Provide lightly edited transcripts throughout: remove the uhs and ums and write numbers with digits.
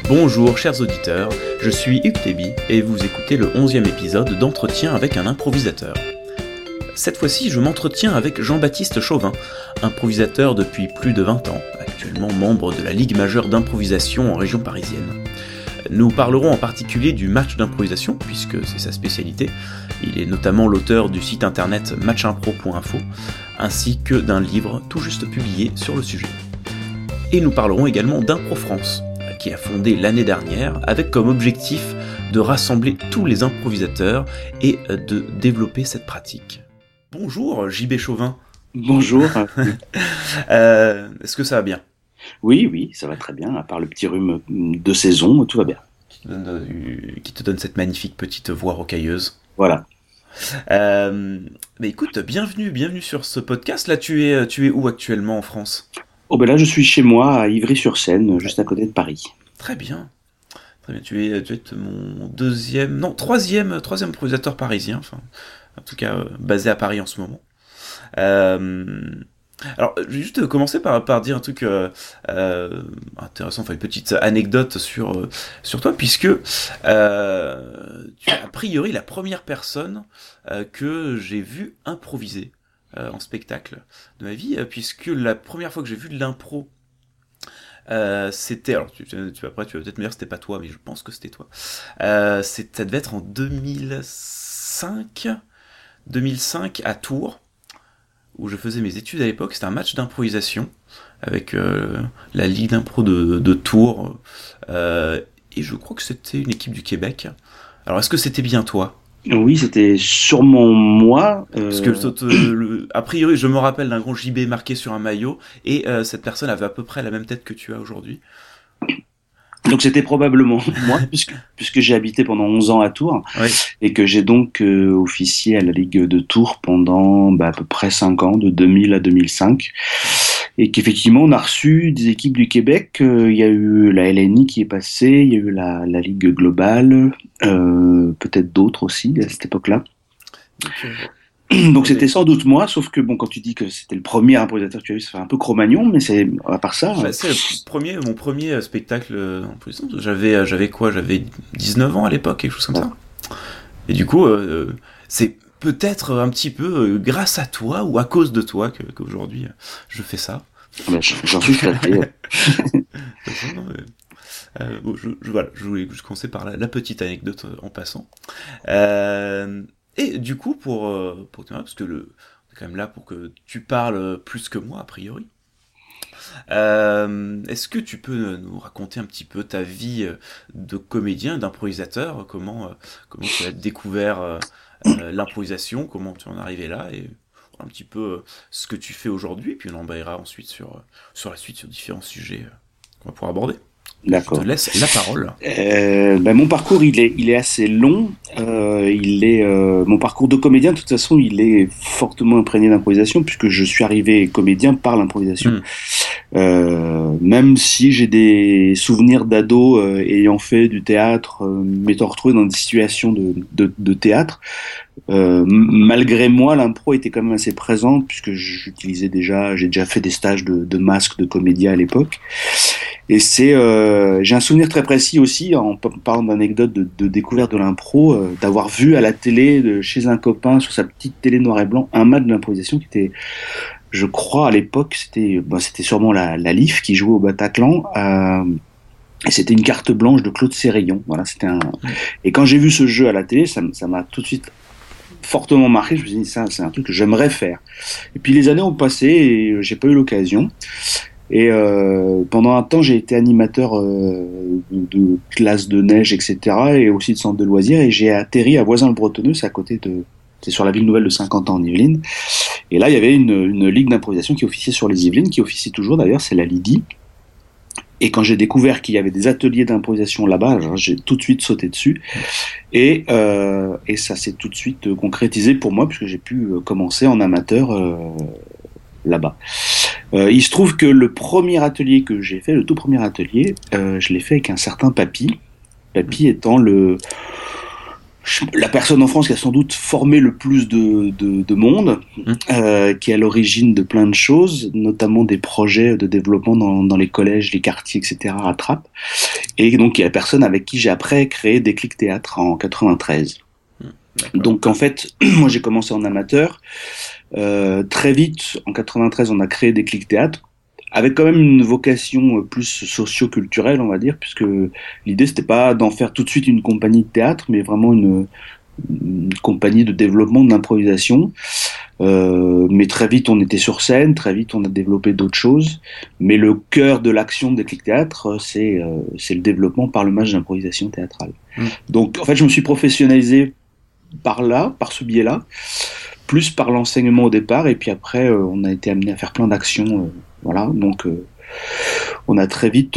Bonjour chers auditeurs, je suis Hugues Tébi et vous écoutez le 11e épisode d'Entretien avec un improvisateur. Cette fois-ci, je m'entretiens avec Jean-Baptiste Chauvin, improvisateur depuis plus de 20 ans, actuellement membre de la Ligue majeure d'improvisation en région parisienne. Nous parlerons en particulier du match d'improvisation, puisque c'est sa spécialité. Il est notamment l'auteur du site internet matchimpro.info, ainsi que d'un livre tout juste publié sur le sujet. Et nous parlerons également d'Impro France, qui a fondé l'année dernière, avec comme objectif de rassembler tous les improvisateurs et de développer cette pratique. Bonjour JB Chauvin. Bonjour. Est-ce que ça va bien ? Oui, ça va très bien, à part le petit rhume de saison, tout va bien. Qui te donne cette magnifique petite voix rocailleuse. Voilà. Mais écoute, bienvenue sur ce podcast. Là, tu es où actuellement en France ? Oh ben là, je suis chez moi à Ivry-sur-Seine, juste à côté de Paris. Très bien. Tu es mon troisième improvisateur parisien, enfin, en tout cas basé à Paris en ce moment. Alors, je vais juste commencer par dire un truc intéressant, enfin une petite anecdote sur toi, puisque tu es a priori la première personne que j'ai vue improviser en spectacle de ma vie, puisque la première fois que j'ai vu de l'impro, c'était, alors tu vas peut-être me dire c'était pas toi, mais je pense que c'était toi. Ça devait être en 2005 à Tours, où je faisais mes études à l'époque. C'était un match d'improvisation avec la Ligue d'impro de Tours, et je crois que c'était une équipe du Québec. Alors est-ce que c'était bien toi ? Oui, c'était sûrement moi. Parce que a priori, je me rappelle d'un grand JB marqué sur un maillot, et cette personne avait à peu près la même tête que tu as aujourd'hui. Donc c'était probablement moi, puisque j'ai habité pendant 11 ans à Tours, oui. Et que j'ai donc officié à la Ligue de Tours pendant à peu près 5 ans, de 2000 à 2005. Et qu'effectivement, on a reçu des équipes du Québec. Il y a eu la LNI qui est passée, il y a eu la Ligue globale, peut-être d'autres aussi à cette époque-là. Donc c'était sans doute moi, sauf que quand tu dis que c'était le premier improvisateur que tu as eu, ça fait un peu Cro-Magnon, mais c'est à part ça. C'est mon premier spectacle d'improvisation. J'avais quoi ? J'avais 19 ans à l'époque, quelque chose comme ça. Et du coup, c'est peut-être un petit peu grâce à toi ou à cause de toi qu'aujourd'hui je fais ça. J'en suis flatté. Je voulais commencer par la petite anecdote en passant. Et du coup, pour parce que on est quand même là pour que tu parles plus que moi, a priori. Est-ce que tu peux nous raconter un petit peu ta vie de comédien, d'improvisateur, comment tu as découvert l'improvisation, comment tu en es arrivé là, et un petit peu ce que tu fais aujourd'hui, puis on embrayera ensuite sur la suite sur différents sujets qu'on va pouvoir aborder. D'accord. Je te laisse la parole. Mon parcours, il est assez long. Mon parcours de comédien, de toute façon, il est fortement imprégné d'improvisation, puisque je suis arrivé comédien par l'improvisation. Même si j'ai des souvenirs d'ado ayant fait du théâtre, m'étant retrouvé dans des situations de théâtre. Malgré moi, l'impro était quand même assez présente, puisque j'ai déjà fait des stages de masque de comédien à l'époque. Et j'ai un souvenir très précis aussi, en parlant d'anecdote de découverte de l'impro, d'avoir vu à la télé, chez un copain, sur sa petite télé noir et blanc, un match d'improvisation qui était, je crois à l'époque, c'était sûrement la LIF qui jouait au Bataclan, et c'était une carte blanche de Claude Séraillon. Voilà, et quand j'ai vu ce jeu à la télé, ça m'a tout de suite fortement marqué. Je me suis dit, ça, c'est un truc que j'aimerais faire. Et puis les années ont passé et j'ai pas eu l'occasion. Et pendant un temps, j'ai été animateur de classes de neige, etc., et aussi de centres de loisirs, et j'ai atterri à Voisins-le-Bretonneux, c'est sur la ville nouvelle de Saint-Quentin en Yvelines. Et là, il y avait une ligue d'improvisation qui officiait sur les Yvelines, qui officie toujours d'ailleurs, c'est la Lydie. Et quand j'ai découvert qu'il y avait des ateliers d'improvisation là-bas, j'ai tout de suite sauté dessus. Et ça s'est tout de suite concrétisé pour moi, puisque j'ai pu commencer en amateur là-bas. Il se trouve que le premier atelier que j'ai fait, le tout premier atelier, je l'ai fait avec un certain Papy. Papy étant la personne en France qui a sans doute formé le plus de monde, qui est à l'origine de plein de choses, notamment des projets de développement dans les collèges, les quartiers, etc. à Trappes. Et donc, il y a la personne avec qui j'ai après créé Déclic Théâtre en 93. Donc, en fait, moi, j'ai commencé en amateur. Très vite, en 93, on a créé Déclic Théâtre, avec quand même une vocation plus socio-culturelle, on va dire, puisque l'idée, c'était pas d'en faire tout de suite une compagnie de théâtre, mais vraiment une compagnie de développement de l'improvisation. Mais très vite, on était sur scène, très vite, on a développé d'autres choses. Mais le cœur de l'action de Déclic Théâtre, c'est le développement par le match d'improvisation théâtrale. Donc, en fait, je me suis professionnalisé par ce biais-là, plus par l'enseignement au départ, et puis après, on a été amené à faire plein d'actions. Voilà, donc on a très vite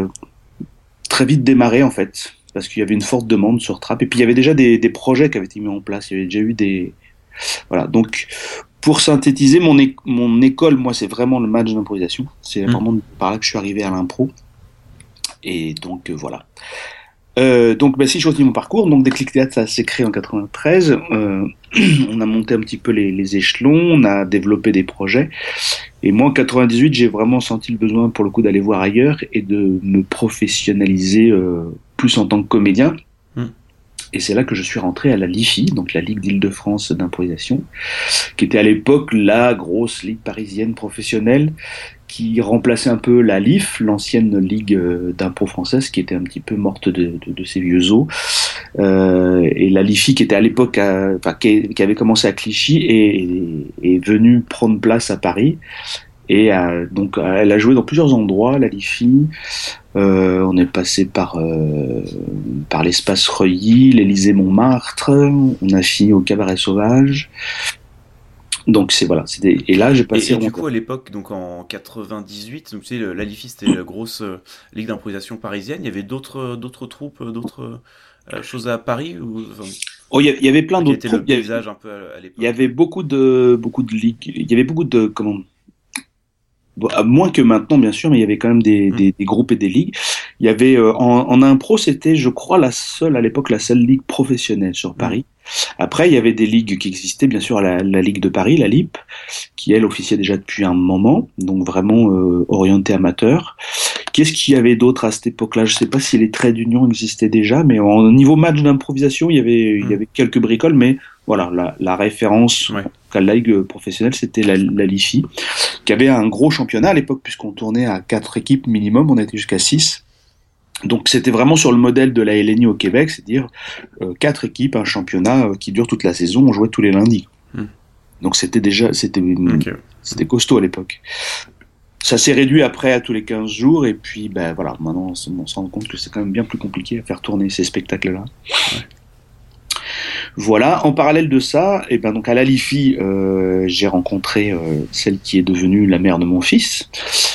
démarré en fait, parce qu'il y avait une forte demande sur Trappes, et puis il y avait déjà des projets qui avaient été mis en place, il y avait déjà eu des... Voilà, donc pour synthétiser, mon école, moi, c'est vraiment le match d'improvisation, c'est vraiment par là que je suis arrivé à l'impro, et donc voilà. Donc, si je continue mon parcours, donc Déclic Théâtre, ça s'est créé en 93. On a monté un petit peu les échelons, on a développé des projets. Et moi, en 98, j'ai vraiment senti le besoin, pour le coup, d'aller voir ailleurs et de me professionnaliser plus en tant que comédien. Et c'est là que je suis rentré à la LIFI, donc la Ligue d'Île-de-France d'improvisation, qui était à l'époque la grosse ligue parisienne professionnelle, qui remplaçait un peu la LIF, l'ancienne ligue d'impro française, qui était un petit peu morte de ses vieux os. Et la LIFI, qui était à l'époque, qui avait commencé à Clichy, est venue prendre place à Paris. Et donc, elle a joué dans plusieurs endroits, la LIFI. On est passé par l'espace Reuilly, l'Élysée-Montmartre. On a fini au Cabaret Sauvage. Donc et là j'ai passé. Et du coup à l'époque, donc en 98, donc tu sais, la LIFI c'était la grosse ligue d'improvisation parisienne. Il y avait d'autres troupes, d'autres choses à Paris ou... Oh, il y avait plein d'autres troupes. Le paysage un peu à l'époque. Il y avait beaucoup de ligues. Il y avait beaucoup de moins que maintenant bien sûr, mais il y avait quand même des groupes et des ligues. Il y avait en impro, c'était je crois la seule ligue professionnelle sur Paris. Après, il y avait des ligues qui existaient, bien sûr, la Ligue de Paris, la LIP, qui, elle, officiait déjà depuis un moment, donc vraiment orientée amateur. Qu'est-ce qu'il y avait d'autre à cette époque-là ? Je ne sais pas si les traits d'union existaient déjà, mais au niveau match d'improvisation, il y avait quelques bricoles, mais voilà, la référence à la Ligue professionnelle, c'était la LIFI, qui avait un gros championnat à l'époque, puisqu'on tournait à 4 équipes minimum, on était jusqu'à 6. Donc c'était vraiment sur le modèle de la LNI au Québec, c'est-à-dire 4 équipes, un championnat qui dure toute la saison, on jouait tous les lundis. Donc c'était costaud à l'époque. Ça s'est réduit après à tous les 15 jours, et puis voilà, maintenant on se rend compte que c'est quand même bien plus compliqué à faire tourner ces spectacles-là. Voilà, en parallèle de ça, donc à la LIFI, j'ai rencontré celle qui est devenue la mère de mon fils.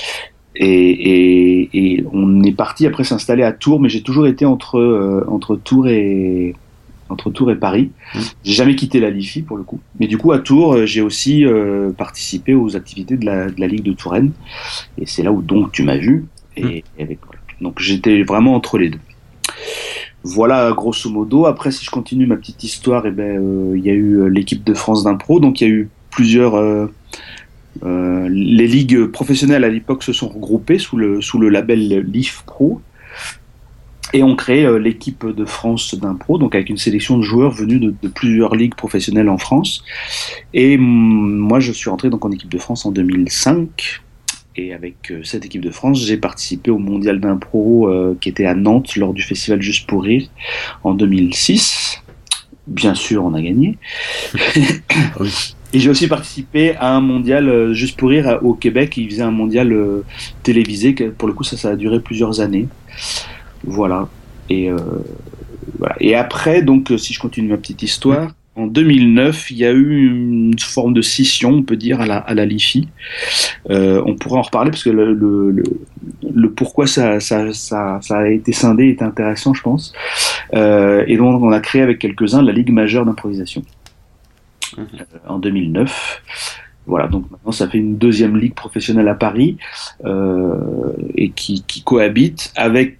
Et on est parti après s'installer à Tours, mais j'ai toujours été entre Tours et Paris. J'ai jamais quitté la LIFI pour le coup. Mais du coup à Tours, j'ai aussi participé aux activités de la Ligue de Touraine. Et c'est là où donc tu m'as vu. Voilà. Donc j'étais vraiment entre les deux. Voilà grosso modo. Après si je continue ma petite histoire, il y a eu l'équipe de France d'impro. Donc il y a eu plusieurs... les ligues professionnelles à l'époque se sont regroupées sous le label LIF Pro et ont créé l'équipe de France d'impro, donc avec une sélection de joueurs venus de plusieurs ligues professionnelles en France. Et moi je suis rentré donc en équipe de France en 2005, et avec cette équipe de France j'ai participé au mondial d'impro qui était à Nantes lors du festival Juste pour Rire en 2006. Bien sûr on a gagné. Oui. Et j'ai aussi participé à un mondial Juste pour Rire au Québec. Il faisait un mondial télévisé. Pour le coup, ça a duré plusieurs années. Voilà. Et après, donc, si je continue ma petite histoire, en 2009, il y a eu une forme de scission, on peut dire, à la LIFI. On pourra en reparler parce que le pourquoi ça a été scindé est intéressant, je pense. Et donc, on a créé avec quelques-uns la Ligue majeure d'improvisation. En 2009. Voilà, donc maintenant ça fait une deuxième ligue professionnelle à Paris et qui cohabite avec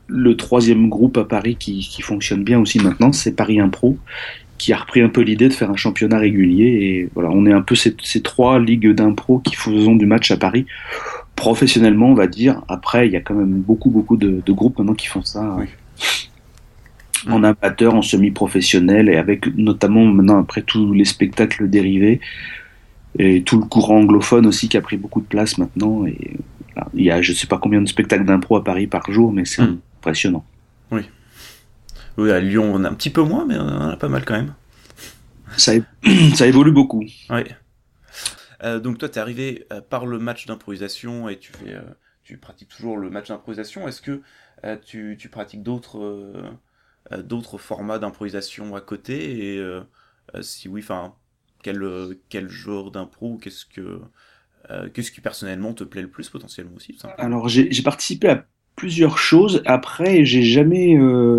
le troisième groupe à Paris qui fonctionne bien aussi maintenant, c'est Paris Impro, qui a repris un peu l'idée de faire un championnat régulier. Et voilà, on est un peu ces trois ligues d'impro qui faisons du match à Paris. Professionnellement, on va dire. Après, il y a quand même beaucoup de groupes maintenant qui font ça. Oui. En amateur, en semi-professionnel, et avec notamment maintenant après tous les spectacles dérivés et tout le courant anglophone aussi qui a pris beaucoup de place maintenant. Et voilà, il y a je sais pas combien de spectacles d'impro à Paris par jour, mais c'est impressionnant. Oui. Oui, à Lyon, on a un petit peu moins, mais on en a pas mal quand même. Ça évolue beaucoup. Oui. Donc toi, t'es arrivé par le match d'improvisation et tu pratiques toujours le match d'improvisation. Est-ce que tu pratiques d'autres formats d'improvisation à côté, et si oui, enfin quel genre d'impro, qu'est-ce qui personnellement te plaît le plus potentiellement aussi, tout simplement. Alors j'ai participé à plusieurs choses. Après, j'ai jamais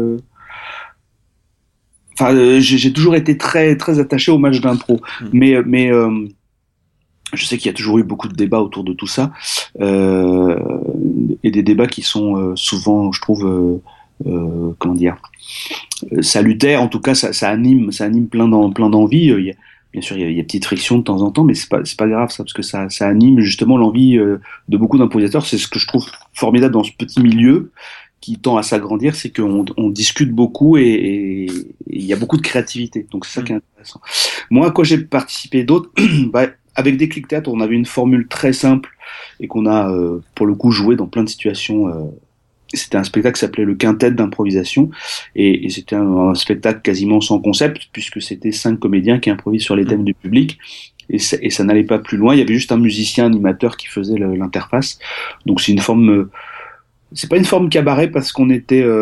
j'ai toujours été très très attaché au match d'impro, mais je sais qu'il y a toujours eu beaucoup de débats autour de tout ça, et des débats qui sont souvent, je trouve, comment dire, salutaires. En tout cas, ça anime plein d'envie. Bien sûr, il y a petite friction de temps en temps, mais c'est pas grave ça, parce que ça anime justement l'envie de beaucoup d'improvisateurs. C'est ce que je trouve formidable dans ce petit milieu qui tend à s'agrandir, c'est qu'on discute beaucoup et il y a beaucoup de créativité. Donc c'est ça qui est intéressant. Moi, à quoi j'ai participé d'autres, avec des clics théâtre, on avait une formule très simple et qu'on a pour le coup joué dans plein de situations. C'était un spectacle qui s'appelait le Quintet d'improvisation, et c'était un spectacle quasiment sans concept, puisque c'était 5 comédiens qui improvisent sur les thèmes du public, et ça n'allait pas plus loin. Il y avait juste un musicien animateur qui faisait l'interface. Donc c'est une forme, c'est pas une forme cabaret, parce il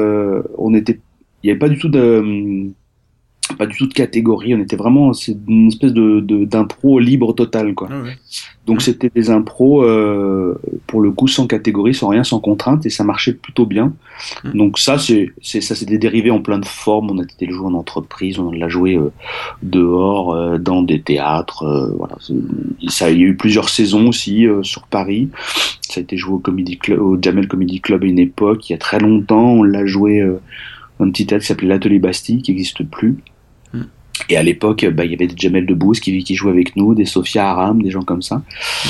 y avait pas du tout de catégorie. On était vraiment, c'est une espèce d'impro libre total, quoi. Ah ouais. Donc c'était des impros pour le coup sans catégorie, sans rien, sans contrainte, et ça marchait plutôt bien. Donc ça c'était dérivé en plein de formes. On a été le jouer en entreprise, on l'a joué dehors, dans des théâtres. Voilà. Il y a eu plusieurs saisons aussi sur Paris. Ça a été joué au Jamel Comedy Club à une époque, il y a très longtemps. On l'a joué dans un petit théâtre qui s'appelait l'Atelier Bastille, qui n'existe plus. Et à l'époque, il y avait des Jamel Debbouze qui jouaient avec nous, des Sophia Aram, des gens comme ça.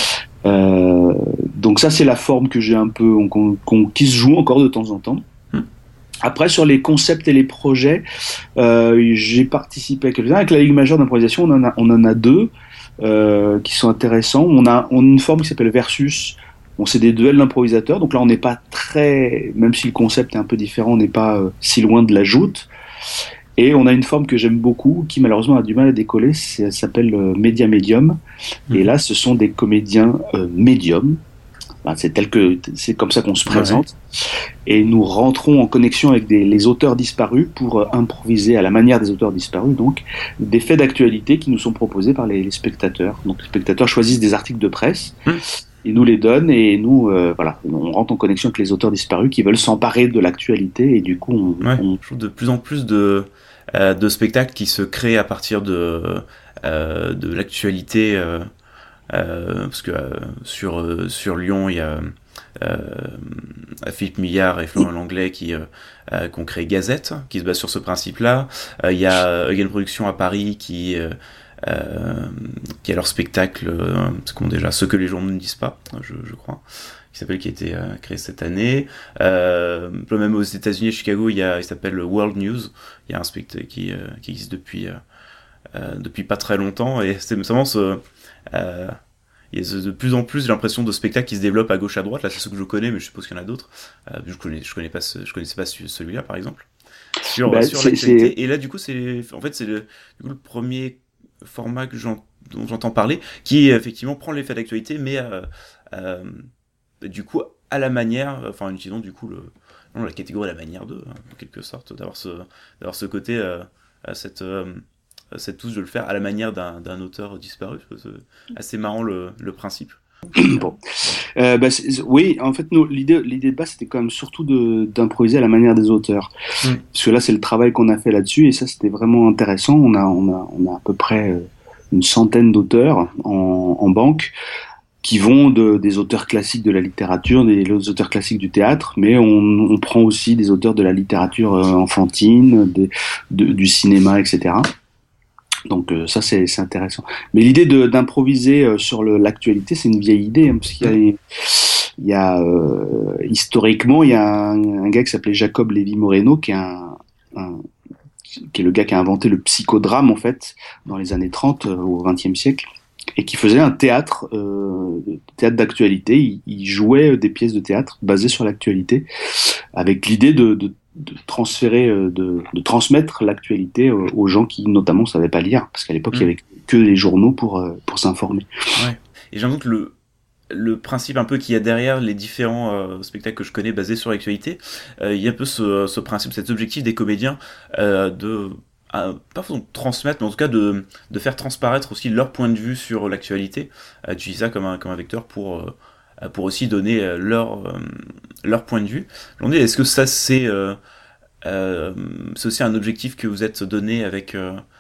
Donc ça, c'est la forme que j'ai un peu, qui se joue encore de temps en temps. Après, sur les concepts et les projets, j'ai participé à quelques-uns. Avec la Ligue majeure d'improvisation, on en a deux qui sont intéressants. On a une forme qui s'appelle Versus. Bon, c'est des duels d'improvisateurs. Donc là, on n'est pas même si le concept est un peu différent, on n'est pas si loin de la joute. Et on a une forme que j'aime beaucoup, qui malheureusement a du mal à décoller, ça s'appelle Média Médium. Et là, ce sont des comédiens médiums. C'est comme ça qu'on se présente. Et nous rentrons en connexion avec les auteurs disparus pour improviser à la manière des auteurs disparus, donc des faits d'actualité qui nous sont proposés par les spectateurs. Donc les spectateurs choisissent des articles de presse, ils nous les donnent, et nous, on rentre en connexion avec les auteurs disparus qui veulent s'emparer de l'actualité, et du coup, je trouve de plus en plus de spectacles qui se créent à partir de l'actualité, parce que sur Lyon, il y a Philippe Millard et Florent Langlais qui ont créé Gazette, qui se base sur ce principe-là. Il y a Eugen Productions à Paris qui a leur spectacle, c'est comment déjà, Ce que les journaux ne disent pas, je crois, qui a été créé cette année. Même aux États-Unis, à Chicago, il s'appelle World News. Il y a un spectacle qui existe depuis pas très longtemps, et c'est vraiment il y a de plus en plus, j'ai l'impression, de spectacles qui se développent à gauche à droite. Là, c'est ce que je connais, mais je suppose qu'il y en a d'autres. Je connaissais pas celui-là, par exemple, sur l'actualité. Et là, du coup, c'est le premier format dont j'entends parler, qui effectivement prend l'effet d'actualité, mais du coup à la manière, en utilisant du coup la catégorie à la manière d'eux, en quelque sorte, d'avoir ce côté, cette touche de le faire à la manière d'un auteur disparu. C'est assez marrant le principe. Bon. Oui, en fait, l'idée de base, c'était quand même surtout d'improviser à la manière des auteurs. Parce que là, c'est le travail qu'on a fait là-dessus, et ça, c'était vraiment intéressant. On a à peu près une centaine d'auteurs en banque, qui vont des auteurs classiques de la littérature, des auteurs classiques du théâtre, mais on prend aussi des auteurs de la littérature enfantine, du cinéma, etc. Donc ça c'est intéressant. Mais l'idée d'improviser sur l'actualité, c'est une vieille idée, hein, parce qu'il y a historiquement, il y a un gars qui s'appelait Jacob Lévy-Moreno, qui est le gars qui a inventé le psychodrame, en fait, dans les années 30, au XXe siècle, et qui faisait un théâtre d'actualité. Il jouait des pièces de théâtre basées sur l'actualité, avec l'idée de transférer, de transmettre l'actualité aux gens qui, notamment, ne savaient pas lire, parce qu'à l'époque, il n'y avait que les journaux pour s'informer. Ouais. Et j'avoue que le principe un peu qu'il y a derrière les différents spectacles que je connais basés sur l'actualité, il y a un peu ce principe, cet objectif des comédiens pas forcément transmettre, mais en tout cas de faire transparaître aussi leur point de vue sur l'actualité, d'utiliser ça comme un vecteur pour aussi donner leur point de vue. Est-ce que ça c'est aussi un objectif que vous êtes donné avec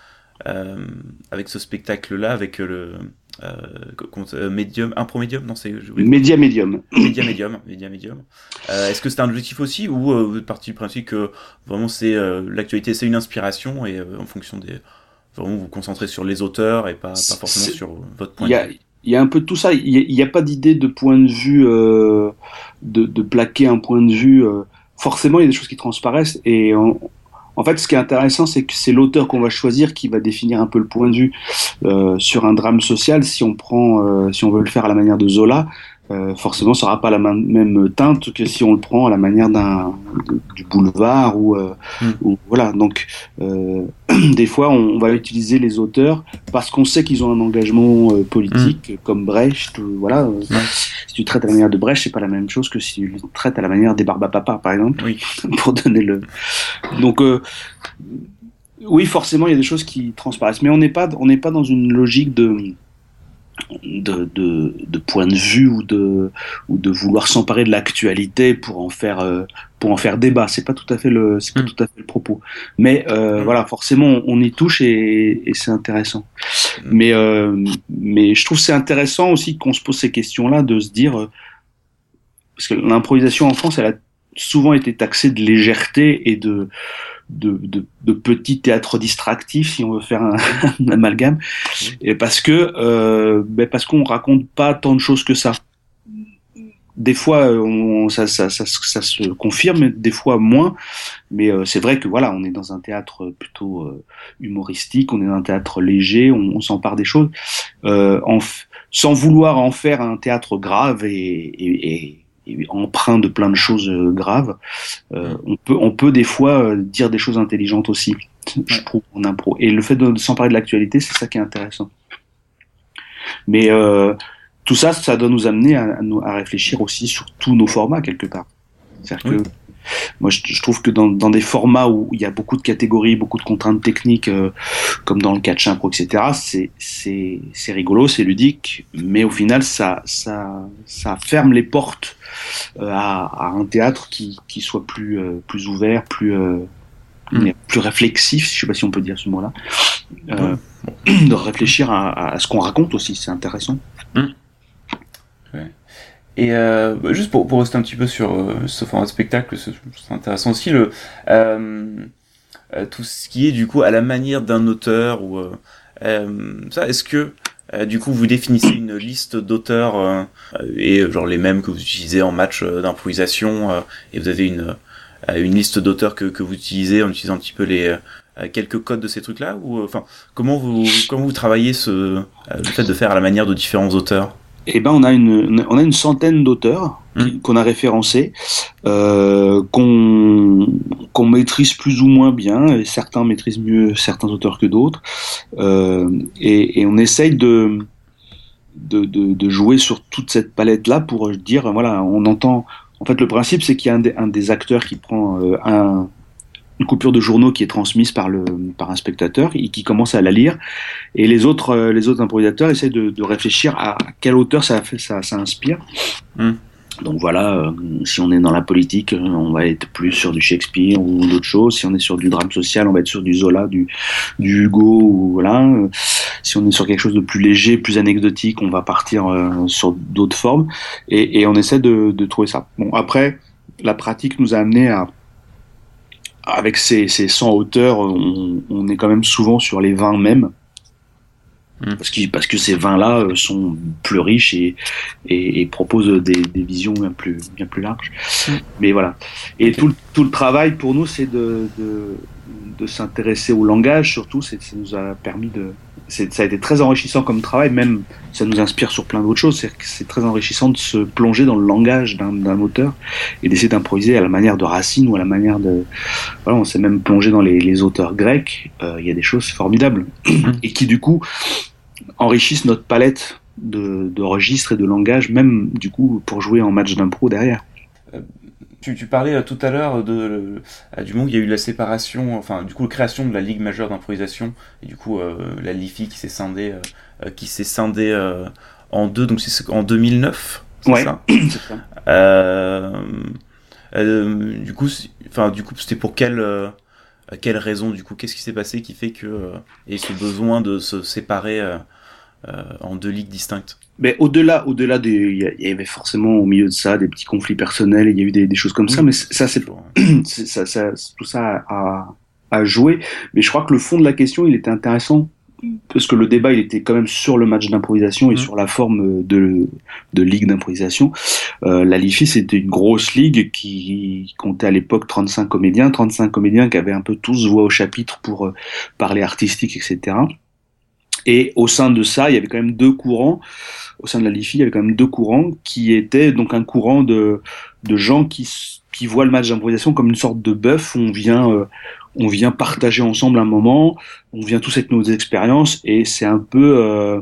ce spectacle-là, avec le Medium, Impromédium, non c'est Média Medium. Est-ce que c'est un objectif aussi, ou vous êtes parti du principe que vraiment c'est l'actualité, c'est une inspiration et en fonction vraiment vous concentrez sur les auteurs et pas forcément sur votre point de vue? Il y a un peu de tout ça. Il n'y a pas d'idée de point de vue, de plaquer un point de vue. Forcément, il y a des choses qui transparaissent. Et en fait, ce qui est intéressant, c'est que c'est l'auteur qu'on va choisir qui va définir un peu le point de vue sur un drame social. Si on veut le faire à la manière de Zola, forcément, ça n'aura pas la même teinte que si on le prend à la manière du boulevard ou voilà. Donc, des fois, on va utiliser les auteurs parce qu'on sait qu'ils ont un engagement politique, comme Brecht. Voilà. Si tu traites à la manière de Brecht, c'est pas la même chose que si tu le traites à la manière des Barbapapa, par exemple, pour donner le. Donc, oui, forcément, il y a des choses qui transparaissent, mais on n'est pas dans une logique de point de vue ou de vouloir s'emparer de l'actualité pour en faire débat. C'est pas tout à fait le propos. Mais voilà, forcément on y touche et c'est intéressant. Mais je trouve que c'est intéressant aussi qu'on se pose ces questions-là, de se dire parce que l'improvisation en France, elle a souvent été taxée de légèreté et de petits théâtres distractifs, si on veut faire un amalgame, et parce qu'on raconte pas tant de choses que ça. Des fois, ça se confirme, des fois moins, mais c'est vrai que voilà, on est dans un théâtre plutôt humoristique, on est dans un théâtre léger, on s'empare des choses, sans vouloir en faire un théâtre grave et empreint de plein de choses graves. On peut des fois dire des choses intelligentes aussi, je trouve, en impro. Et le fait de s'emparer de l'actualité, c'est ça qui est intéressant. Mais tout ça doit nous amener à réfléchir aussi sur tous nos formats, quelque part. C'est-à-dire que moi, je trouve que dans des formats où il y a beaucoup de catégories, beaucoup de contraintes techniques, comme dans le catch impro, etc., c'est rigolo, c'est ludique, mais au final, ça ferme les portes à un théâtre qui soit plus ouvert, plus réflexif, je sais pas si on peut dire ce mot-là, de réfléchir à ce qu'on raconte aussi, c'est intéressant. Ouais. Et juste pour rester un petit peu sur ce format de spectacle, c'est intéressant aussi tout ce qui est du coup à la manière d'un auteur ou ça. Est-ce que du coup vous définissez une liste d'auteurs et genre les mêmes que vous utilisez en match d'improvisation et vous avez une liste d'auteurs que vous utilisez en utilisant un petit peu les quelques codes de ces trucs-là, ou enfin comment vous travaillez le fait de faire à la manière de différents auteurs? Eh ben, on a une centaine d'auteurs qu'on a référencés, qu'on maîtrise plus ou moins bien, et certains maîtrisent mieux certains auteurs que d'autres, et on essaye de jouer sur toute cette palette-là pour dire, voilà, on entend. En fait, le principe, c'est qu'il y a un des acteurs qui prend une coupure de journaux qui est transmise par un spectateur et qui commence à la lire, et les autres improvisateurs essayent de réfléchir à quel auteur ça inspire. Donc voilà, si on est dans la politique, on va être plus sur du Shakespeare ou d'autres choses. Si on est sur du drame social, on va être sur du Zola, du Hugo, ou voilà. Si on est sur quelque chose de plus léger, plus anecdotique, on va partir sur d'autres formes. Et on essaie de trouver ça. Bon, après, la pratique nous a amené à, avec ces 100 auteurs, on est quand même souvent sur les 20 mêmes. Parce que ces vins-là sont plus riches et proposent des visions bien plus larges. Mais voilà. Et tout le travail pour nous, c'est de s'intéresser au langage, surtout. Ça nous a permis ça a été très enrichissant comme travail, même ça nous inspire sur plein d'autres choses. C'est très enrichissant de se plonger dans le langage d'un auteur et d'essayer d'improviser à la manière de Racine ou à la manière de... Voilà, on s'est même plongé dans les auteurs grecs. Il y a des choses formidables et qui, du coup, enrichissent notre palette de registres et de langage, même du coup pour jouer en match d'impro derrière. Tu parlais tout à l'heure du moment où il y a eu la séparation, enfin du coup la création de la Ligue majeure d'improvisation et du coup la LIFI qui s'est scindée en deux, donc c'est en 2009, c'est ça. Du coup c'était pour quelle raison, du coup, qu'est-ce qui s'est passé qui fait que et ce besoin de se séparer en deux ligues distinctes? Mais au-delà il y avait forcément au milieu de ça des petits conflits personnels, il y a eu des choses comme ça, mais ça c'est tout ça a joué. Mais je crois que le fond de la question, il était intéressant parce que le débat, il était quand même sur le match d'improvisation et sur la forme de ligue d'improvisation. La LIFI, c'était une grosse ligue qui comptait à l'époque 35 comédiens qui avaient un peu tous voix au chapitre pour parler artistique, etc. Et au sein de ça, il y avait quand même deux courants. Au sein de la LIFI, il y avait quand même deux courants qui étaient donc un courant de gens qui voient le match d'improvisation comme une sorte de bœuf où on vient partager ensemble un moment, on vient tous avec nos expériences et c'est un peu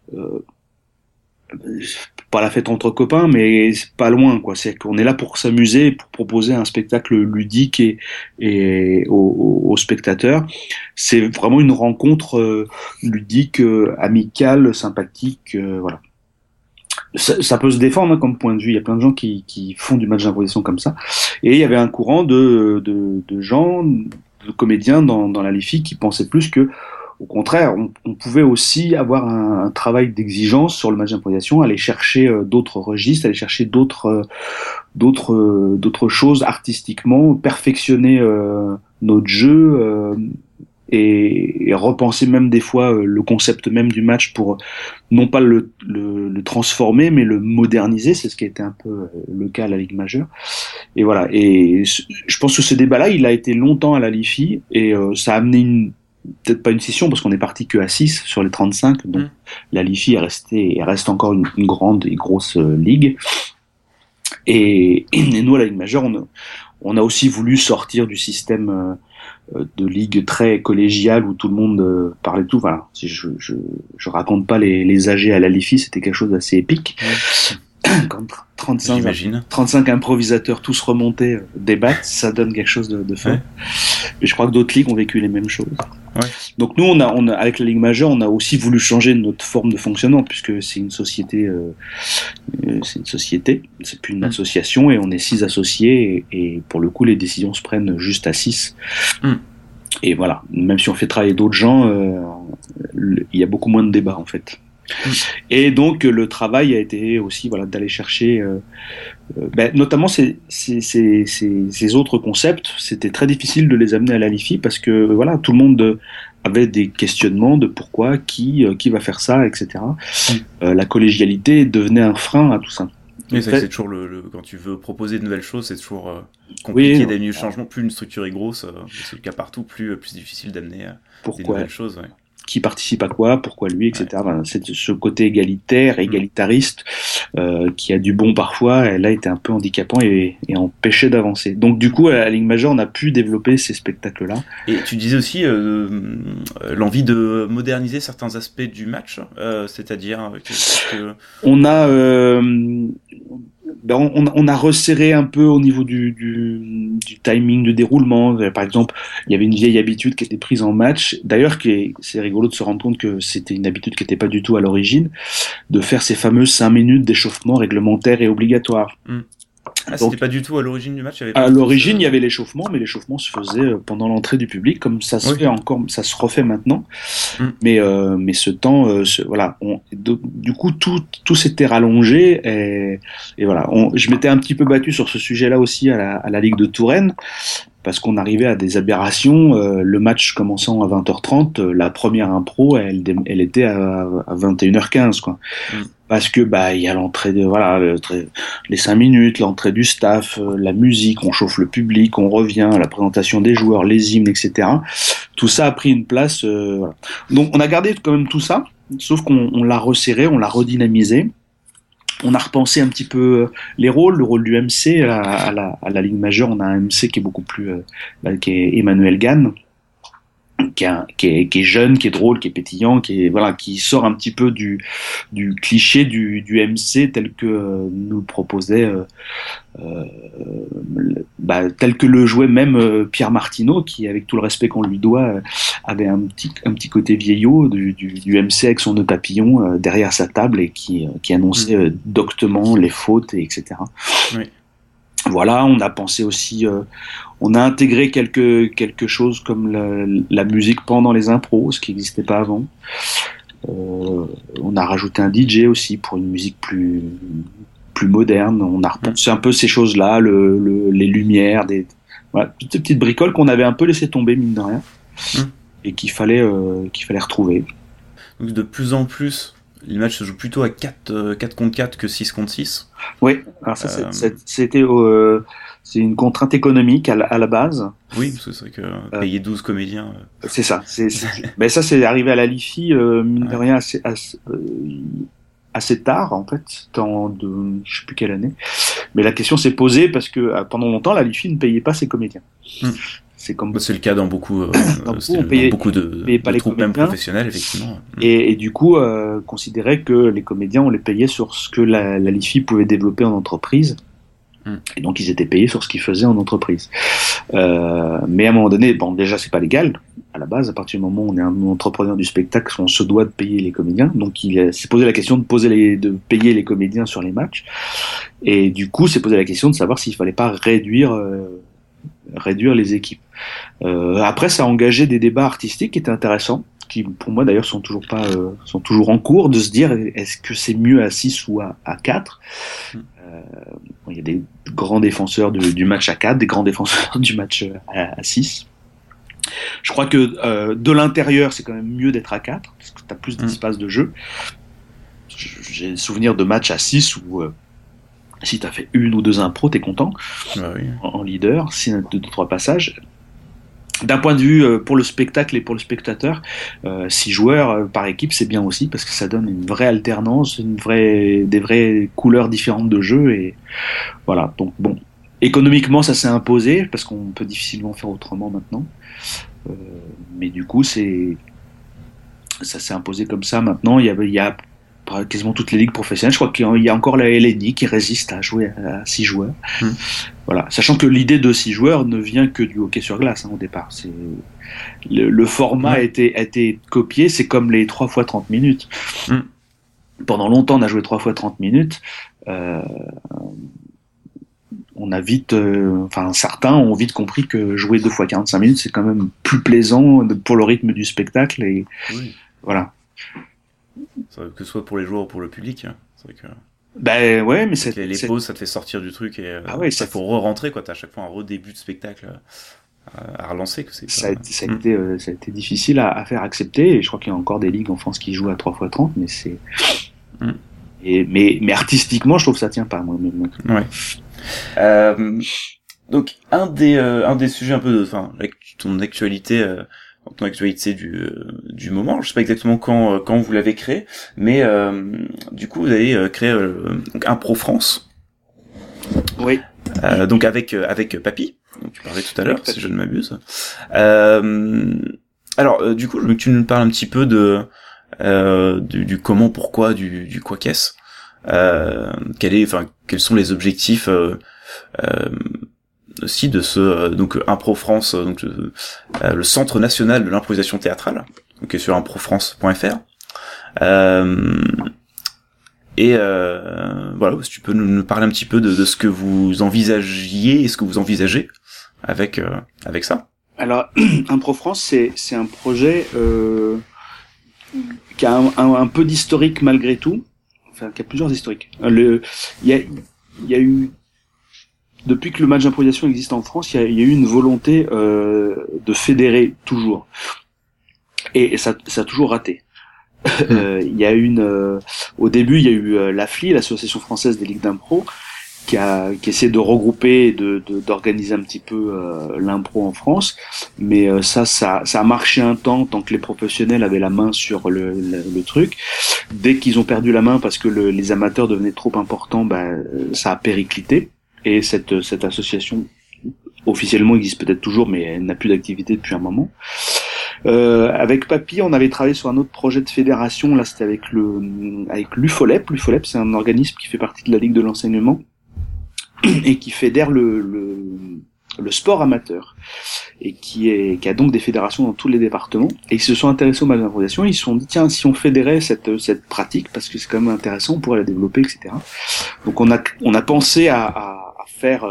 pas la fête entre copains, mais c'est pas loin, quoi. C'est qu'on est là pour s'amuser, pour proposer un spectacle ludique et aux spectateurs. C'est vraiment une rencontre ludique, amicale, sympathique, voilà. Ça peut se défendre comme point de vue. Il y a plein de gens qui font du match d'improvisation comme ça. Et il y avait un courant de gens, de comédiens dans la LIFI qui pensaient plus que, au contraire, on pouvait aussi avoir un travail d'exigence sur le match d'improvisation, aller chercher d'autres registres, aller chercher d'autres choses artistiquement, perfectionner notre jeu et repenser même des fois le concept même du match pour non pas le transformer mais le moderniser. C'est ce qui a été un peu le cas à la Ligue majeure. Et voilà. Et je pense que ce débat-là, il a été longtemps à la LIFI et ça a amené peut-être pas une scission parce qu'on est parti que à 6 sur les 35, donc la LIFI reste encore une grande et grosse ligue. Et nous, à la Ligue majeure, on a aussi voulu sortir du système de ligue très collégiale où tout le monde parlait de tout. Voilà. Je raconte pas les AG à la LIFI, c'était quelque chose d'assez épique. Quand 35 improvisateurs tous remontés débattent, ça donne quelque chose de fort. Mais je crois que d'autres ligues ont vécu les mêmes choses. Donc nous, on a avec la Ligue majeure, on a aussi voulu changer notre forme de fonctionnement puisque c'est une société, c'est plus une association et on est 6 associés et pour le coup, les décisions se prennent juste à 6. Et voilà, même si on fait travailler d'autres gens, il y a beaucoup moins de débats en fait. Et donc le travail a été aussi d'aller chercher notamment ces autres concepts. C'était très difficile de les amener à la LIFI parce que voilà, tout le monde avait des questionnements de pourquoi, qui va faire ça, etc. La collégialité devenait un frein à tout ça. Mais c'est toujours quand tu veux proposer de nouvelles choses, c'est toujours compliqué d'amener du changement. Plus une structure est grosse, c'est le cas partout, plus difficile d'amener des nouvelles choses. Qui participe à quoi, pourquoi lui, etc. C'est ce côté égalitariste qui a du bon parfois, elle a été un peu handicapant et empêché d'avancer. Donc du coup, à la Ligue majeure, on a pu développer ces spectacles-là. Et tu disais aussi l'envie de moderniser certains aspects du match, c'est-à-dire on a on a resserré un peu au niveau du timing de déroulement. Par exemple, il y avait une vieille habitude qui était prise en match. D'ailleurs, c'est rigolo de se rendre compte que c'était une habitude qui n'était pas du tout à l'origine, de faire ces fameuses 5 minutes d'échauffement réglementaire et obligatoire. Ah, c'était pas du tout à l'origine du match. À l'origine, il y avait l'échauffement, mais l'échauffement se faisait pendant l'entrée du public, comme ça se fait encore, ça se refait maintenant. Mais ce temps, voilà, du coup, tout s'était rallongé et voilà. Je m'étais un petit peu battu sur ce sujet-là aussi à la Ligue de Touraine, parce qu'on arrivait à des aberrations. Le match commençant à 20h30, la première impro, elle était à 21h15, quoi. Parce que il y a l'entrée les 5 minutes, l'entrée du staff, la musique, on chauffe le public, on revient, la présentation des joueurs, les hymnes, etc. Tout ça a pris une place. Voilà. Donc on a gardé quand même tout ça, sauf qu'on l'a resserré, on l'a redynamisé. On a repensé un petit peu les rôles, le rôle du MC à la Ligue majeure. On a un MC qui est beaucoup plus, qui est Emmanuel Gann, qui est jeune, qui est drôle, qui est pétillant, qui sort un petit peu du cliché du MC tel que nous le proposait, tel que le jouait même Pierre Martineau, qui, avec tout le respect qu'on lui doit, avait un petit côté vieillot du MC avec son nœud papillon derrière sa table et qui annonçait doctement les fautes, etc. Oui. Voilà, on a pensé aussi, on a intégré quelque chose comme la musique pendant les impros, ce qui n'existait pas avant. On a rajouté un DJ aussi pour une musique plus moderne. On a repensé un peu ces choses-là, les lumières, voilà, toutes ces petites bricoles qu'on avait un peu laissé tomber, mine de rien, et qu'il fallait retrouver. Donc de plus en plus, les matchs se jouent plutôt à 4 contre 4 que 6 contre 6. Oui, alors ça c'est une contrainte économique à la base. Oui, parce que c'est vrai que payer 12 comédiens... C'est ça. Mais ça, c'est arrivé à la LIFI, mine de rien, assez tard, en fait, je sais plus quelle année. Mais la question s'est posée parce que pendant longtemps, la LIFI ne payait pas ses comédiens. C'est le cas dans beaucoup de troupes même professionnelles, effectivement. Et du coup, considérait que les comédiens, on les payait sur ce que la LIFI pouvait développer en entreprise. Et donc, ils étaient payés sur ce qu'ils faisaient en entreprise. Mais à un moment donné, déjà, c'est pas légal. À la base, à partir du moment où on est un entrepreneur du spectacle, on se doit de payer les comédiens. Donc, il s'est posé la question de payer les comédiens sur les matchs. Et du coup, s'est posé la question de savoir s'il fallait pas réduire les équipes. Après, ça a engagé des débats artistiques qui étaient intéressants, qui pour moi d'ailleurs sont toujours en cours, de se dire est-ce que c'est mieux à 6 ou à 4. Il y a des grands défenseurs du match à 4, des grands défenseurs du match à 6. Je crois que de l'intérieur, c'est quand même mieux d'être à 4, parce que tu as plus d'espace de jeu. J'ai le souvenir de matchs à 6 où si tu as fait 1 ou 2 impros, tu es content, en leader, si 2-3 passages. D'un point de vue pour le spectacle et pour le spectateur, 6 joueurs par équipe, c'est bien aussi, parce que ça donne une vraie alternance, des vraies couleurs différentes de jeu. Et voilà, donc bon, économiquement, ça s'est imposé, parce qu'on peut difficilement faire autrement maintenant. Mais du coup, ça s'est imposé comme ça maintenant. Il y a quasiment toutes les ligues professionnelles. Je crois qu'il y a encore la LNI qui résiste à jouer à 6 joueurs. Voilà. Sachant que l'idée de 6 joueurs ne vient que du hockey sur glace, au départ. Le format a été copié, c'est comme les 3 fois 30 minutes. Pendant longtemps, on a joué 3 fois 30 minutes. On a certains ont vite compris que jouer 2 fois 45 minutes, c'est quand même plus plaisant pour le rythme du spectacle. Et voilà. Que ce soit pour les joueurs ou pour le public. C'est vrai que... mais les pauses, ça te fait sortir du truc et ça faut re-rentrer, quoi. T'as à chaque fois un redébut de spectacle à relancer. Ça a été difficile à faire accepter, et je crois qu'il y a encore des ligues en France qui jouent à 3 fois 30, mais c'est... Mais artistiquement, je trouve que ça tient pas, moi. Donc, un des sujets un peu de ton actualité... ton actualité du moment. Je sais pas exactement quand vous l'avez créé, mais du coup vous avez créé un Pro France. Oui. Donc avec Papy, dont tu parlais tout à l'heure, si je ne m'abuse. Alors du coup, tu nous parles un petit peu du comment, pourquoi, du quoi qu'est-ce. quels sont les objectifs aussi de ce donc Impro France, le Centre national de l'improvisation théâtrale, donc qui est sur improfrance.fr. Voilà, si tu peux nous parler un petit peu de ce que vous envisagiez et ce que vous envisagez avec ça. Alors, Impro France, c'est un projet qui a un peu d'historique malgré tout, enfin qui a plusieurs historiques. Il y a eu, depuis que le match d'improvisation existe en France, il y a eu une volonté de fédérer toujours, et ça a toujours raté. Il y a au début, il y a eu l'AFLI, l'Association française des ligues d'impro, qui essaie de regrouper, d'organiser un petit peu l'impro en France, mais ça a marché un temps tant que les professionnels avaient la main sur le truc. Dès qu'ils ont perdu la main parce que les amateurs devenaient trop importants, ça a périclité, et cette association officiellement existe peut-être toujours, mais elle n'a plus d'activité depuis un moment. Avec Papy, on avait travaillé sur un autre projet de fédération. Là, c'était avec l'UFOLEP. L'UFOLEP, c'est un organisme qui fait partie de la Ligue de l'enseignement et qui fédère le sport amateur, et qui a donc des fédérations dans tous les départements. Et ils se sont intéressés au match d'improvisation. Ils se sont dit, tiens, si on fédérait cette pratique, parce que c'est quand même intéressant, on pourrait la développer, etc. Donc on a pensé à faire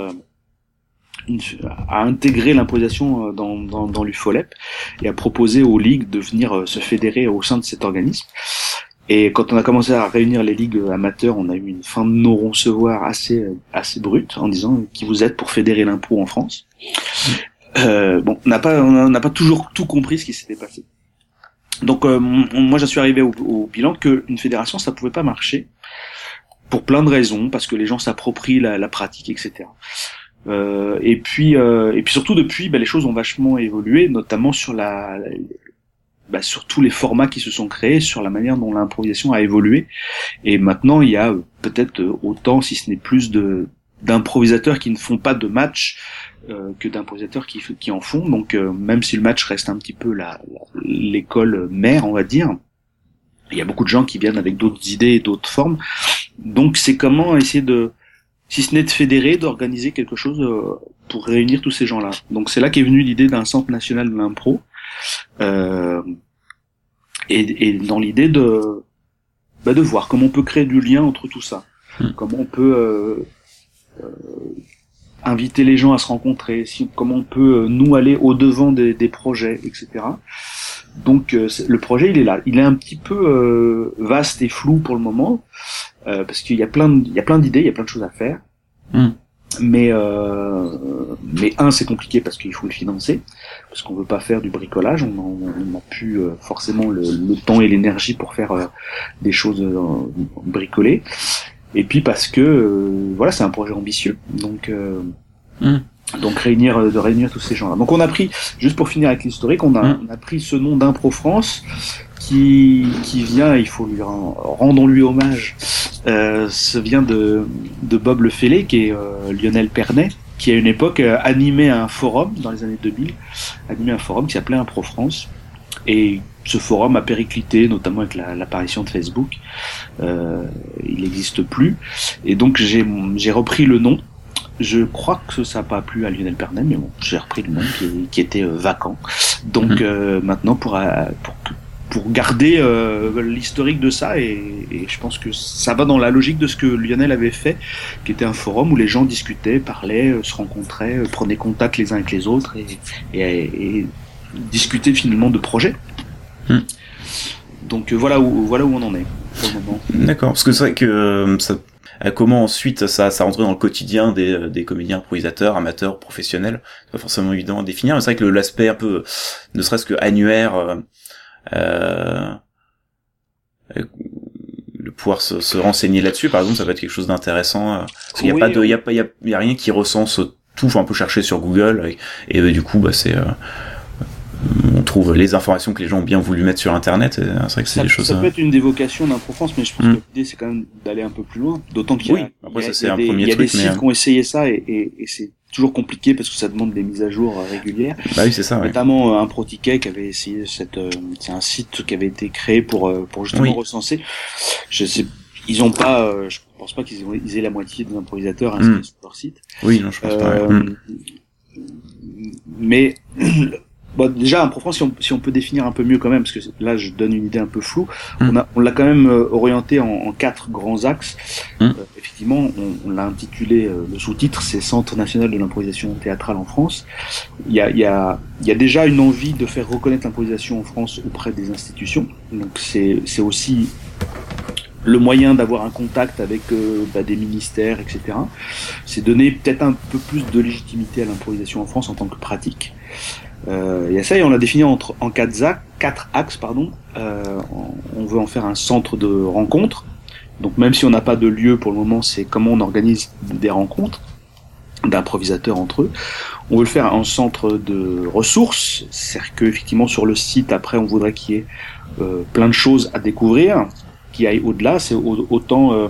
à intégrer l'improvisation dans l'UFOLEP, et à proposer aux ligues de venir se fédérer au sein de cet organisme. Et quand on a commencé à réunir les ligues amateurs, on a eu une fin de non-recevoir assez brute, en disant qui vous êtes pour fédérer l'impro en France. On n'a pas toujours tout compris ce qui s'était passé. Donc moi j'en suis arrivé au bilan qu'une fédération ça pouvait pas marcher pour plein de raisons, parce que les gens s'approprient la pratique, etc. Et puis surtout depuis, les choses ont vachement évolué, notamment sur sur tous les formats qui se sont créés, sur la manière dont l'improvisation a évolué. Et maintenant, il y a peut-être autant, si ce n'est plus, d'improvisateurs qui ne font pas de match que d'improvisateurs qui en font. Donc même si le match reste un petit peu l'école mère, on va dire, il y a beaucoup de gens qui viennent avec d'autres idées et d'autres formes. Donc c'est comment essayer si ce n'est de fédérer, d'organiser quelque chose pour réunir tous ces gens-là. Donc c'est là qu'est venue l'idée d'un centre national de l'impro, et dans l'idée de voir comment on peut créer du lien entre tout ça, comment on peut inviter les gens à se rencontrer, comment on peut nous aller au devant des projets, etc. Donc le projet il est là, il est un petit peu vaste et flou pour le moment, parce qu'il y a plein d'idées, il y a plein de choses à faire. Mais c'est compliqué parce qu'il faut le financer, parce qu'on veut pas faire du bricolage, on n'a plus forcément le temps et l'énergie pour faire des choses bricolées, et puis parce que c'est un projet ambitieux, donc de réunir tous ces gens-là. Donc on a pris, juste pour finir avec l'historique, on a pris ce nom d'Impro France qui vient, il faut rendons-lui hommage, ça vient de Bob Lefellé, qui est Lionel Pernet, qui à une époque animait un forum dans les années 2000, animait un forum qui s'appelait Impro France, et ce forum a périclité, notamment avec l'apparition de Facebook. Il n'existe plus, et donc j'ai repris le nom. Je crois que ça n'a pas plu à Lionel Pernet, mais bon, j'ai repris le nom qui était vacant. Donc maintenant pour garder l'historique de ça, et je pense que ça va dans la logique de ce que Lionel avait fait, qui était un forum où les gens discutaient, parlaient, se rencontraient, prenaient contact les uns avec les autres, et discutaient finalement de projets. Donc voilà où on en est pour le moment. D'accord, parce que c'est vrai que comment ensuite ça rentrait dans le quotidien des comédiens improvisateurs, amateurs, professionnels, c'est pas forcément évident à définir, mais c'est vrai que l'aspect un peu, ne serait-ce que annuaire, de pouvoir se renseigner là-dessus, par exemple, ça peut être quelque chose d'intéressant, parce qu'il y a rien qui recense tout, on peut chercher sur Google, et du coup on trouve les informations que les gens ont bien voulu mettre sur Internet. C'est vrai que c'est des choses. Ça peut être une des vocations d'Impro France, mais je pense que l'idée c'est quand même d'aller un peu plus loin. D'autant qu'il y a des sites qui ont essayé ça, et c'est toujours compliqué parce que ça demande des mises à jour régulières. Bah oui, c'est ça. Notamment un Protiquet qui avait essayé c'est un site qui avait été créé pour justement recenser. Je sais, Ils ont pas, je pense pas qu'ils aient la moitié des improvisateurs inscrits sur leur site. Oui, non, je pense pas. Mais bon, déjà, un profond, si on peut définir un peu mieux quand même, parce que là, je donne une idée un peu floue. On l'a quand même orienté en 4 grands axes. Effectivement, on l'a intitulé, le sous-titre, c'est Centre national de l'improvisation théâtrale en France. Il y a déjà une envie de faire reconnaître l'improvisation en France auprès des institutions. Donc c'est aussi le moyen d'avoir un contact avec des ministères, etc. C'est donner peut-être un peu plus de légitimité à l'improvisation en France en tant que pratique. Il y a ça, et on l'a défini en 4 axes. On veut en faire un centre de rencontre. Donc même si on n'a pas de lieu pour le moment, c'est comment on organise des rencontres d'improvisateurs entre eux. On veut le faire en centre de ressources, c'est-à-dire qu'effectivement sur le site, après, on voudrait qu'il y ait plein de choses à découvrir, qui aillent au-delà. C'est autant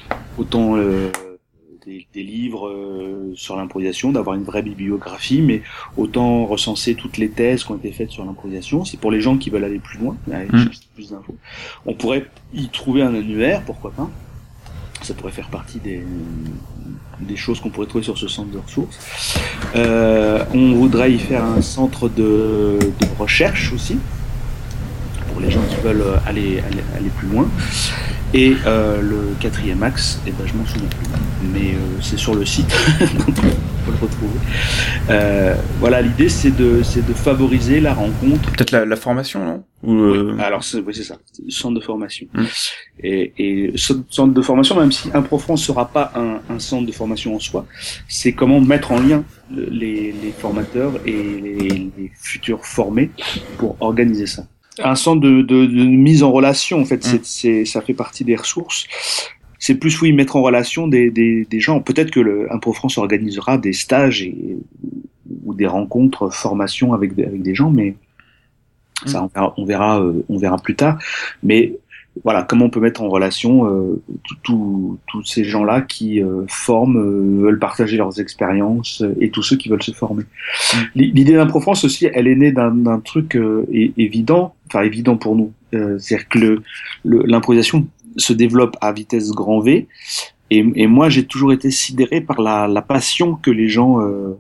des livres sur l'improvisation, d'avoir une vraie bibliographie, mais autant recenser toutes les thèses qui ont été faites sur l'improvisation. C'est pour les gens qui veulent aller plus loin, aller chercher plus d'infos. On pourrait y trouver un annuaire, pourquoi pas. Ça pourrait faire partie des choses qu'on pourrait trouver sur ce centre de ressources. On voudrait y faire un centre de recherche aussi, pour les gens qui veulent aller plus loin. Et le 4e axe, je m'en souviens plus, mais c'est sur le site, donc on peut le retrouver. Voilà, l'idée c'est de favoriser la rencontre. Peut-être la formation, non? Ou Alors oui, c'est ça, c'est le centre de formation. Et ce centre de formation, même si ImproFrance ne sera pas un centre de formation en soi, c'est comment mettre en lien les formateurs et les futurs formés pour organiser ça. Un centre de mise en relation, en fait, ça fait partie des ressources. C'est plus, oui, mettre en relation des gens. Peut-être que ImproFrance organisera des stages ou des rencontres, formations avec des gens, mais ça, on verra plus tard. Mais voilà, comment on peut mettre en relation tous ces gens-là qui forment, veulent partager leurs expériences, et tous ceux qui veulent se former. L'idée d'ImproFrance aussi, elle est née d'un truc évident pour nous. C'est-à-dire que l'improvisation se développe à vitesse grand V, et moi j'ai toujours été sidéré par la passion que les gens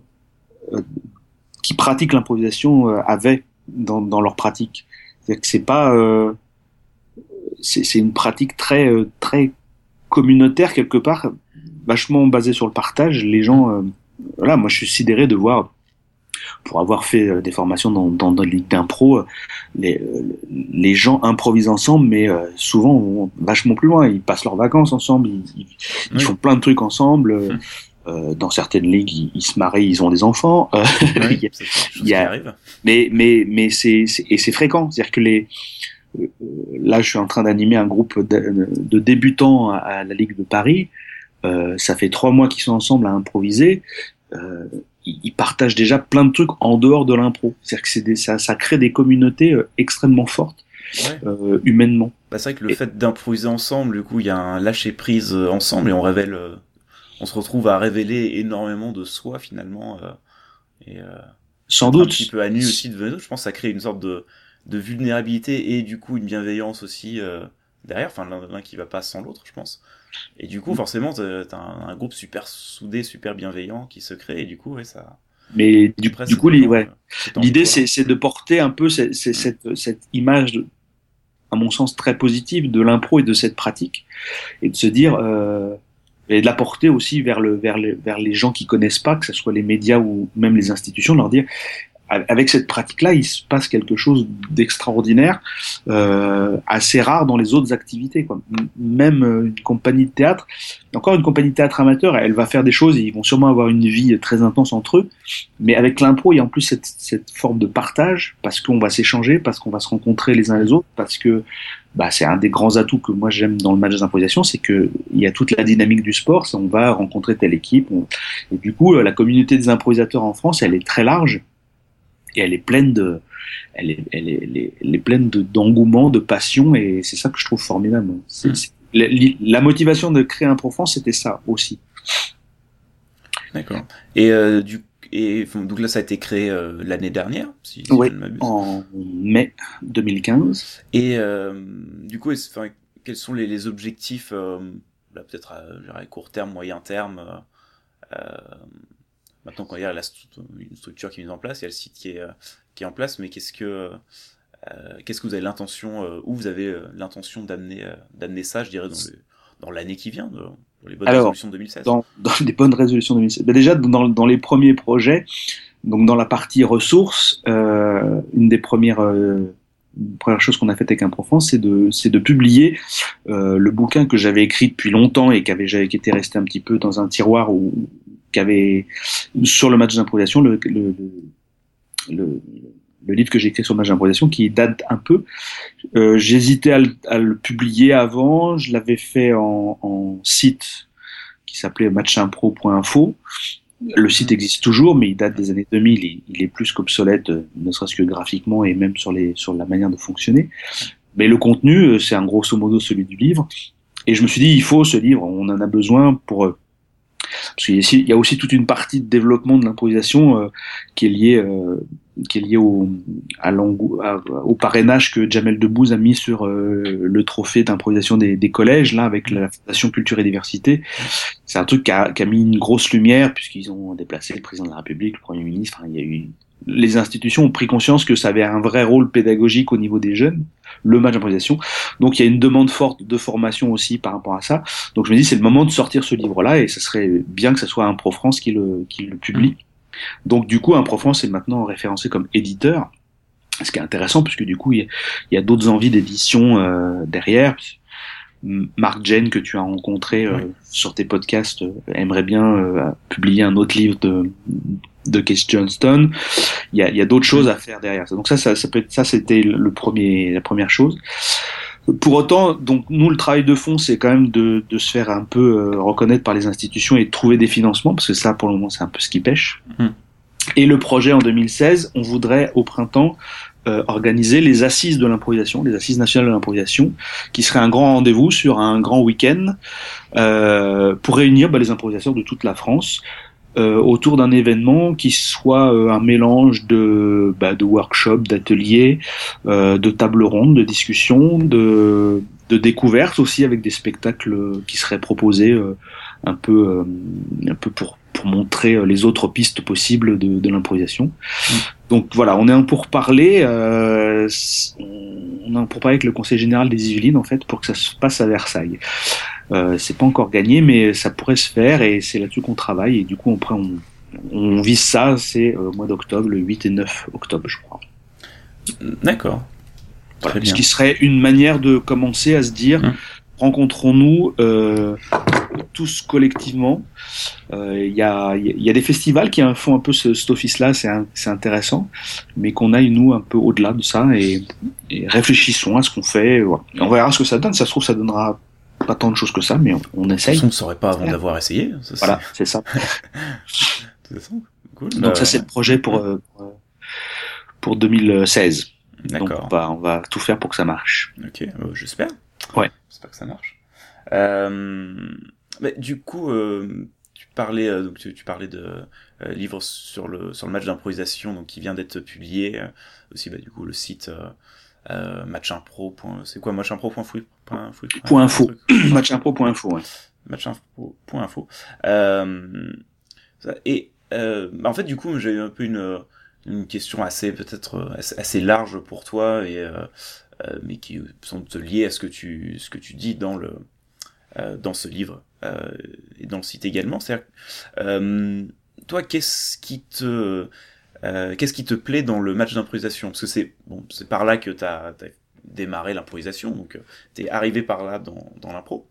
qui pratiquent l'improvisation avaient dans leur pratique. C'est-à-dire que c'est pas c'est une pratique très communautaire quelque part, vachement basée sur le partage. Les gens, voilà, moi je suis sidéré de voir, pour avoir fait des formations dans des ligues d'impro, les gens improvisent ensemble, mais souvent vont vachement plus loin. Ils passent leurs vacances ensemble, ils font plein de trucs ensemble. Dans certaines ligues, ils se marient, ils ont des enfants. Mais c'est fréquent. C'est-à-dire que là, je suis en train d'animer un groupe de débutants à la Ligue de Paris. Ça fait 3 mois qu'ils sont ensemble à improviser. Ils partagent déjà plein de trucs en dehors de l'impro. C'est-à-dire que ça crée des communautés extrêmement fortes, humainement. C'est vrai que le fait d'improviser ensemble, du coup, il y a un lâcher-prise ensemble, et on se retrouve à révéler énormément de soi, finalement. Sans doute. Un petit peu à nu aussi de nous. Je pense que ça crée une sorte de vulnérabilité, et du coup une bienveillance aussi derrière, enfin l'un qui va pas sans l'autre, je pense. Et du coup forcément t'as un groupe super soudé, super bienveillant qui se crée, et du coup ça. Mais du coup l'idée c'est de porter un peu cette image à mon sens très positive de l'impro et de cette pratique, et de se dire et de la porter aussi vers les gens qui connaissent pas, que ce soit les médias ou même les institutions, de leur dire, avec cette pratique-là, il se passe quelque chose d'extraordinaire, assez rare dans les autres activités, quoi. Même une compagnie de théâtre, encore une compagnie de théâtre amateur, elle va faire des choses, et ils vont sûrement avoir une vie très intense entre eux, mais avec l'impro, il y a en plus cette forme de partage, parce qu'on va s'échanger, parce qu'on va se rencontrer les uns les autres, parce que c'est un des grands atouts que moi j'aime dans le match des improvisations, c'est que il y a toute la dynamique du sport, on va rencontrer telle équipe, et du coup la communauté des improvisateurs en France, elle est très large, et elle est pleine d'engouement, de passion, et c'est ça que je trouve formidable. La motivation de créer ImproFrance, c'était ça aussi. D'accord. Et donc là, ça a été créé l'année dernière, si oui, je ne m'abuse. En mai 2015. Et du coup, quels sont les objectifs, là peut-être à court terme, moyen terme, maintenant quand il y a une structure qui est mise en place, il y a le site qui est en place, mais qu'est-ce que vous avez l'intention, où vous avez l'intention d'amener ça, je dirais, dans l'année qui vient, dans les bonnes résolutions de 2016? Dans les bonnes résolutions de 2016. Déjà, dans les premiers projets, donc dans la partie ressources, une des premières chose qu'on a faite avec Improfrance, c'est de publier le bouquin que j'avais écrit depuis longtemps et qui était resté un petit peu dans un tiroir sur le match d'improvisation, le livre que j'ai écrit sur le match d'improvisation, qui date un peu. J'hésitais à le publier avant, je l'avais fait en site qui s'appelait matchimpro.info. Le site existe toujours, mais il date des années 2000, il est plus qu'obsolète, ne serait-ce que graphiquement et même sur la manière de fonctionner. Mais le contenu, c'est un grosso modo celui du livre. Et je me suis dit, il faut ce livre, on en a besoin parce qu'il y a aussi toute une partie de développement de l'improvisation qui est liée au parrainage que Jamel Debbouze a mis sur le trophée d'improvisation des collèges, là, avec la Fondation Culture et Diversité. C'est un truc qui a mis une grosse lumière, puisqu'ils ont déplacé le président de la République, le Premier ministre. Enfin, il y a eu... Les institutions ont pris conscience que ça avait un vrai rôle pédagogique au niveau des jeunes, le match d'improvisation. Donc il y a une demande forte de formation aussi par rapport à ça. Donc je me dis, c'est le moment de sortir ce livre-là, et ça serait bien que ça soit Improfrance qui le publie. Donc du coup, Improfrance est maintenant référencé comme éditeur, ce qui est intéressant, puisque du coup, il y a d'autres envies d'édition derrière. Marc Jane, que tu as rencontré sur tes podcasts, aimerait bien publier un autre livre de Keith Johnston. Il y a d'autres choses à faire derrière. Donc ça c'était la première chose. Pour autant, donc nous, le travail de fond, c'est quand même de se faire un peu reconnaître par les institutions et de trouver des financements, parce que ça, pour le moment, c'est un peu ce qui pêche. Et le projet en 2016, on voudrait au printemps organiser les assises de l'improvisation, les assises nationales de l'improvisation, qui serait un grand rendez-vous sur un grand week-end pour réunir les improvisateurs de toute la France autour d'un événement qui soit un mélange de workshops, d'ateliers, de tables rondes, de discussions, de découvertes aussi, avec des spectacles qui seraient proposés un peu pour montrer les autres pistes possibles de l'improvisation. Donc voilà, on est un pourparler avec le Conseil général des Yvelines, en fait, pour que ça se passe à Versailles. C'est pas encore gagné, mais ça pourrait se faire, et c'est là-dessus qu'on travaille, et du coup après on vise ça, c'est au mois d'octobre, le 8 et 9 octobre, je crois. D'accord. Voilà, ce qui serait une manière de commencer à se dire, rencontrons-nous tous collectivement. Il y a des festivals qui font un peu cet office-là, c'est intéressant, mais qu'on aille nous un peu au-delà de ça et réfléchissons à ce qu'on fait. Voilà. Et on verra ce que ça donne. Ça se trouve, ça donnera pas tant de choses que ça, mais on essaye. De toute façon, on ne saurait pas avant d'avoir essayé. Ça, voilà, c'est ça. De toute façon, cool. Donc ça, c'est le projet pour 2016. D'accord. Donc on va tout faire pour que ça marche. Ok, j'espère. Ouais. J'espère que ça marche. Du coup, tu parlais de livres sur le match d'improvisation, donc qui vient d'être publié. Aussi, du coup, le site matchimpro. C'est quoi, matchimpro.info. Matchimpro.info, ouais. Matchimpro.info. En fait, du coup, j'ai un peu une question assez large pour toi, mais qui semble te lier à ce que tu dis dans ce livre et dans le site également. C'est-à-dire, toi, qu'est-ce qui te plaît dans le match d'improvisation? Parce que c'est par là que t'as démarré l'improvisation, donc t'es arrivé par là dans l'impro.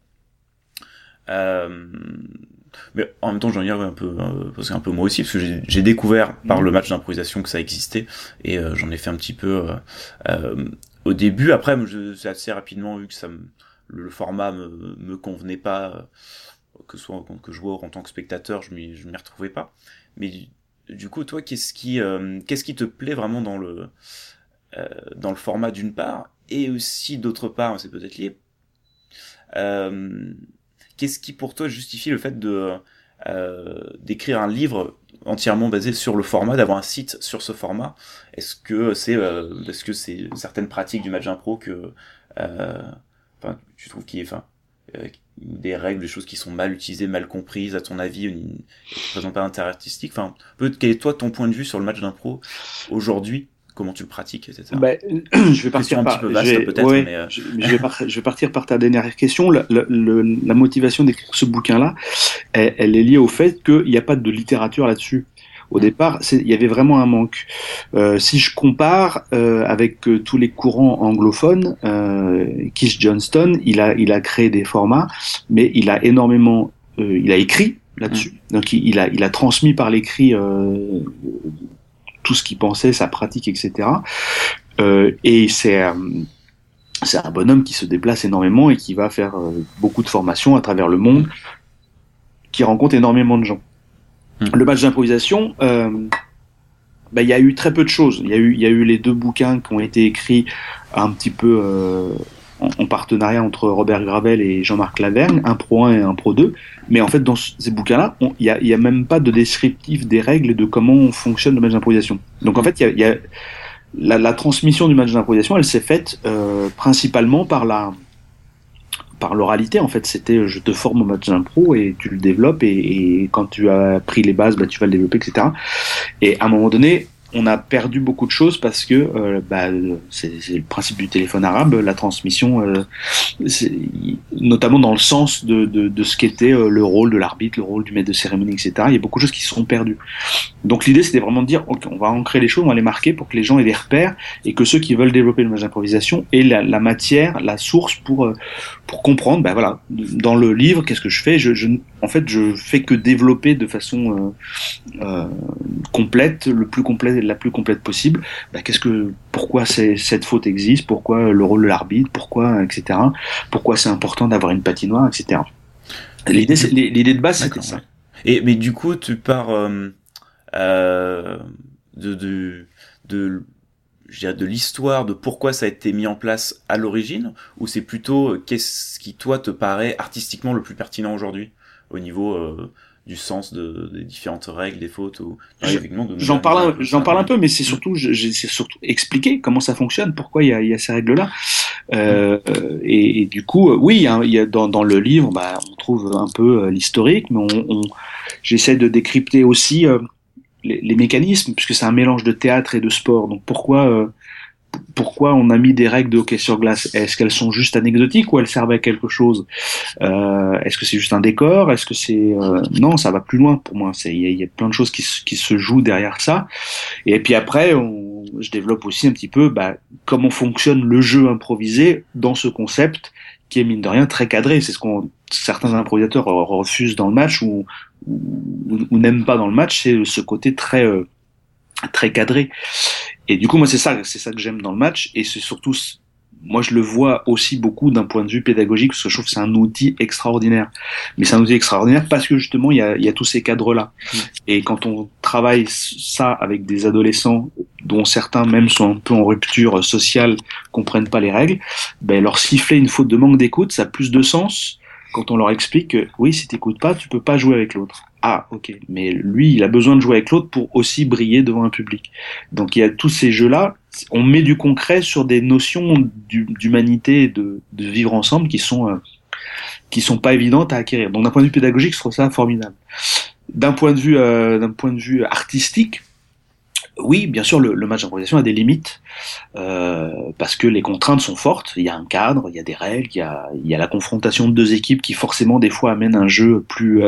Mais en même temps, j'en dirais un peu, parce que un peu moi aussi, parce que j'ai découvert par le match d'improvisation que ça existait, et j'en ai fait un petit peu au début. Après, j'ai assez rapidement vu que le format me convenait pas, que je jouais en tant que spectateur, je m'y retrouvais pas. Mais du coup, toi, qu'est-ce qui te plaît vraiment dans le format d'une part, et aussi d'autre part, c'est peut-être lié. Qu'est-ce qui pour toi justifie le fait d'écrire un livre entièrement basé sur le format, d'avoir un site sur ce format? Est-ce que c'est certaines pratiques du match d'impro enfin, tu trouves qu'il y a, enfin, des règles, des choses qui sont mal utilisées, mal comprises, à ton avis, ne présentent pas d'intérêt artistique. Enfin, peut-être quel est toi ton point de vue sur le match d'impro aujourd'hui? Comment tu le pratiques, etc. Je vais partir un petit peu vaste, peut-être, ouais, mais je vais partir par ta dernière question. La motivation d'écrire ce bouquin-là, elle est liée au fait qu'il n'y a pas de littérature là-dessus. Au départ, il y avait vraiment un manque. Si je compare avec tous les courants anglophones, Keith Johnston, il a créé des formats, mais il a énormément, il a écrit là-dessus. Donc il a transmis par l'écrit tout ce qu'il pensait, sa pratique, etc. Et c'est un bonhomme qui se déplace énormément et qui va faire beaucoup de formations à travers le monde, qui rencontre énormément de gens. Le match d'improvisation, il y a eu très peu de choses. Il y a eu les 2 bouquins qui ont été écrits un petit peu en partenariat entre Robert Gravel et Jean-Marc Lavergne, un Pro 1 et un Pro 2. Mais en fait, dans ces bouquins-là, il y a même pas de descriptif des règles et de comment fonctionne le match d'improvisation. Donc en fait, il y a la transmission du match d'improvisation, elle s'est faite principalement par l'oralité. En fait, c'était je te forme au match d'impro et tu le développes et quand tu as pris les bases, tu vas le développer, etc. Et à un moment donné, on a perdu beaucoup de choses parce que c'est le principe du téléphone arabe, la transmission, notamment dans le sens de ce qu'était le rôle de l'arbitre, le rôle du maître de cérémonie, etc. Il y a beaucoup de choses qui se sont perdues. Donc l'idée, c'était vraiment de dire, ok, on va ancrer les choses, on va les marquer pour que les gens aient des repères et que ceux qui veulent développer le match d'improvisation aient la matière, la source pour comprendre, voilà, dans le livre, qu'est-ce que je fais? En fait, je fais que développer de façon complète, la plus complète possible. Pourquoi cette faute existe? Pourquoi le rôle de l'arbitre? Pourquoi, etc. Pourquoi c'est important d'avoir une patinoire, etc. L'idée de base, c'était ça. Mais du coup, tu pars je dirais de l'histoire de pourquoi ça a été mis en place à l'origine, ou c'est plutôt qu'est-ce qui toi te paraît artistiquement le plus pertinent aujourd'hui au niveau du sens des différentes règles, des fautes ou j'en parle un peu, mais c'est surtout surtout expliquer comment ça fonctionne, pourquoi il y a ces règles là et du coup oui, il y a dans le livre on trouve un peu l'historique, mais j'essaie de décrypter aussi les mécanismes, puisque c'est un mélange de théâtre et de sport. Donc pourquoi on a mis des règles de hockey sur glace? Est-ce qu'elles sont juste anecdotiques ou elles servent à quelque chose? Est-ce que c'est juste un décor? Est-ce que c'est non, ça va plus loin pour moi. Il y a plein de choses qui se jouent derrière ça. Et puis après, je développe aussi un petit peu comment fonctionne le jeu improvisé dans ce concept qui est mine de rien très cadré. C'est ce certains improvisateurs refusent dans le match ou n'aiment pas dans le match, c'est ce côté très très cadré. Et du coup, moi, c'est ça que j'aime dans le match, et c'est surtout, moi, je le vois aussi beaucoup d'un point de vue pédagogique, parce que je trouve que c'est un outil extraordinaire. Mais c'est un outil extraordinaire parce que justement, il y a tous ces cadres-là. Et quand on travaille ça avec des adolescents, dont certains même sont un peu en rupture sociale, comprennent pas les règles, leur siffler une faute de manque d'écoute, ça a plus de sens quand on leur explique que oui, si t'écoutes pas, tu peux pas jouer avec l'autre. Ah, ok. Mais lui, il a besoin de jouer avec l'autre pour aussi briller devant un public. Donc il y a tous ces jeux-là. On met du concret sur des notions d'humanité et de vivre ensemble qui sont pas évidentes à acquérir. Donc d'un point de vue pédagogique, je trouve ça formidable. D'un point de vue artistique, oui, bien sûr, le match d'improvisation a des limites parce que les contraintes sont fortes. Il y a un cadre, il y a des règles, il y a la confrontation de 2 équipes qui forcément des fois amène un jeu plus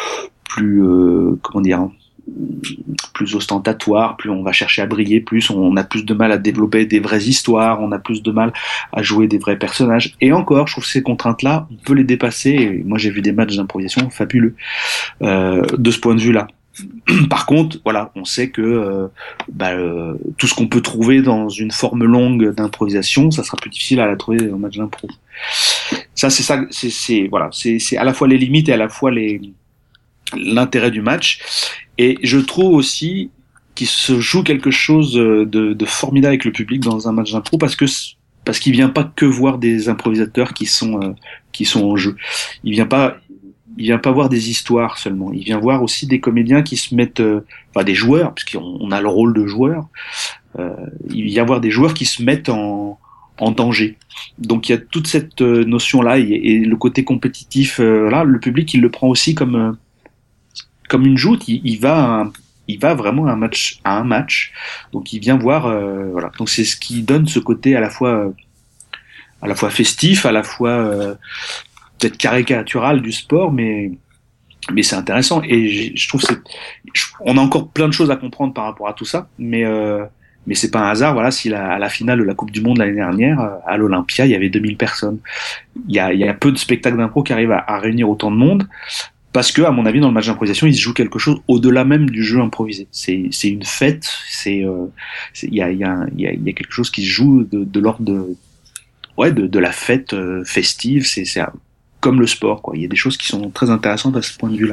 ostentatoire, plus on va chercher à briller, plus on a plus de mal à développer des vraies histoires, on a plus de mal à jouer des vrais personnages. Et encore, je trouve que ces contraintes-là, on peut les dépasser. Et moi, j'ai vu des matchs d'improvisation fabuleux de ce point de vue-là. Par contre, voilà, on sait que tout ce qu'on peut trouver dans une forme longue d'improvisation, ça sera plus difficile à la trouver en match d'impro. Ça, c'est ça, c'est à la fois les limites et à la fois l'intérêt du match. Et je trouve aussi qu'il se joue quelque chose de formidable avec le public dans un match d'impro parce qu'il vient pas que voir des improvisateurs qui sont en jeu. Il vient pas voir des histoires seulement. Il vient voir aussi des comédiens qui se mettent, des joueurs, parce qu'on a le rôle de joueur. Il vient voir des joueurs qui se mettent en en danger. Donc il y a toute cette notion-là et le côté compétitif. Là, le public il le prend aussi comme une joute. Il va vraiment à un match. Donc il vient voir. Voilà. Donc c'est ce qui donne ce côté à la fois festif, à la fois peut-être caricatural du sport, mais c'est intéressant et je trouve on a encore plein de choses à comprendre par rapport à tout ça, mais c'est pas un hasard, voilà, si à la finale de la Coupe du Monde l'année dernière, à l'Olympia, il y avait 2000 personnes. Il y a peu de spectacles d'impro qui arrivent à réunir autant de monde, parce que, à mon avis, dans le match d'improvisation, il se joue quelque chose au-delà même du jeu improvisé. C'est une fête, il y a quelque chose qui se joue de l'ordre de la fête festive, c'est comme le sport, quoi. Il y a des choses qui sont très intéressantes à ce point de vue-là.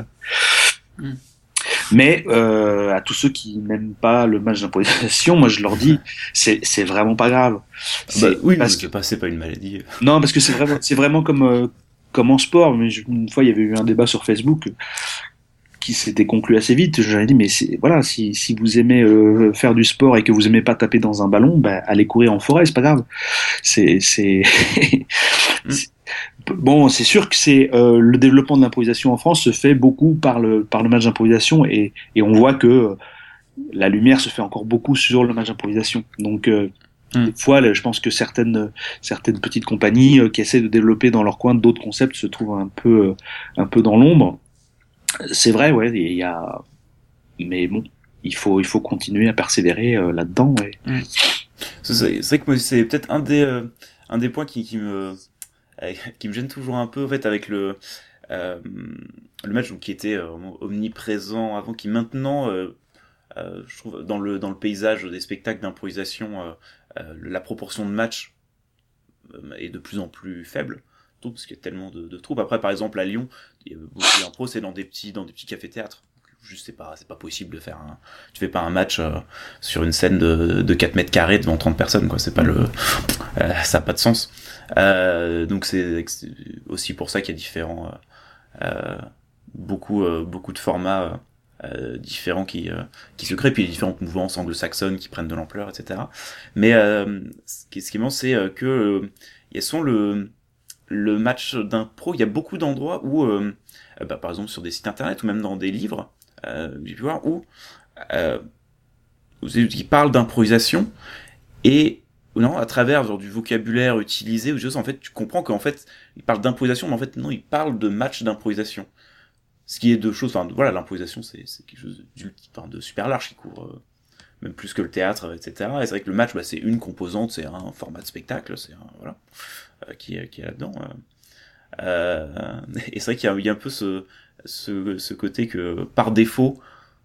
Mais à tous ceux qui n'aiment pas le match d'improvisation, moi je leur dis, c'est vraiment pas grave. Oui, parce que c'est pas une maladie. Non, parce que c'est vraiment comme en sport. Mais une fois, il y avait eu un débat sur Facebook qui s'était conclu assez vite. J'avais dit, mais voilà, si vous aimez faire du sport et que vous aimez pas taper dans un ballon, allez courir en forêt, c'est pas grave. Bon, c'est sûr que le développement de l'improvisation en France se fait beaucoup par le match d'improvisation et on voit que la lumière se fait encore beaucoup sur le match d'improvisation. Donc des fois, je pense que certaines petites compagnies qui essaient de développer dans leur coin d'autres concepts se trouvent un peu dans l'ombre. C'est vrai, ouais, mais bon, il faut continuer à persévérer là-dedans. Ouais. C'est vrai que moi, c'est peut-être un des points qui me gêne toujours un peu, en fait, avec le match qui était omniprésent avant, qui maintenant, je trouve, dans le paysage des spectacles d'improvisation, la proportion de matchs est de plus en plus faible, parce qu'il y a tellement de troupes. Après, par exemple, à Lyon, il y a beaucoup d'impro, c'est dans des petits cafés-théâtres. Juste, c'est pas possible de faire tu fais pas un match sur une scène de 4 mètres carrés devant 30 personnes, quoi. C'est pas ça a pas de sens. Donc c'est aussi pour ça qu'il y a différents beaucoup de formats différents qui se créent, puis les différentes mouvances anglo-saxonnes qui prennent de l'ampleur, etc. Mais ce qui est marrant, c'est que il y a souvent le match d'impro, il y a beaucoup d'endroits où par exemple sur des sites internet ou même dans des livres, j'ai pu voir où ils parlent d'improvisation et non, à travers genre du vocabulaire utilisé ou en fait tu comprends qu'en fait ils parlent d'improvisation, mais en fait non, ils parlent de match d'improvisation, ce qui est deux choses. Enfin voilà, l'improvisation c'est quelque chose de super large qui couvre même plus que le théâtre, etc. Et c'est vrai que le match, c'est une composante, c'est un format de spectacle, c'est qui est là-dedans. Et c'est vrai qu'il y a un peu ce côté que par défaut,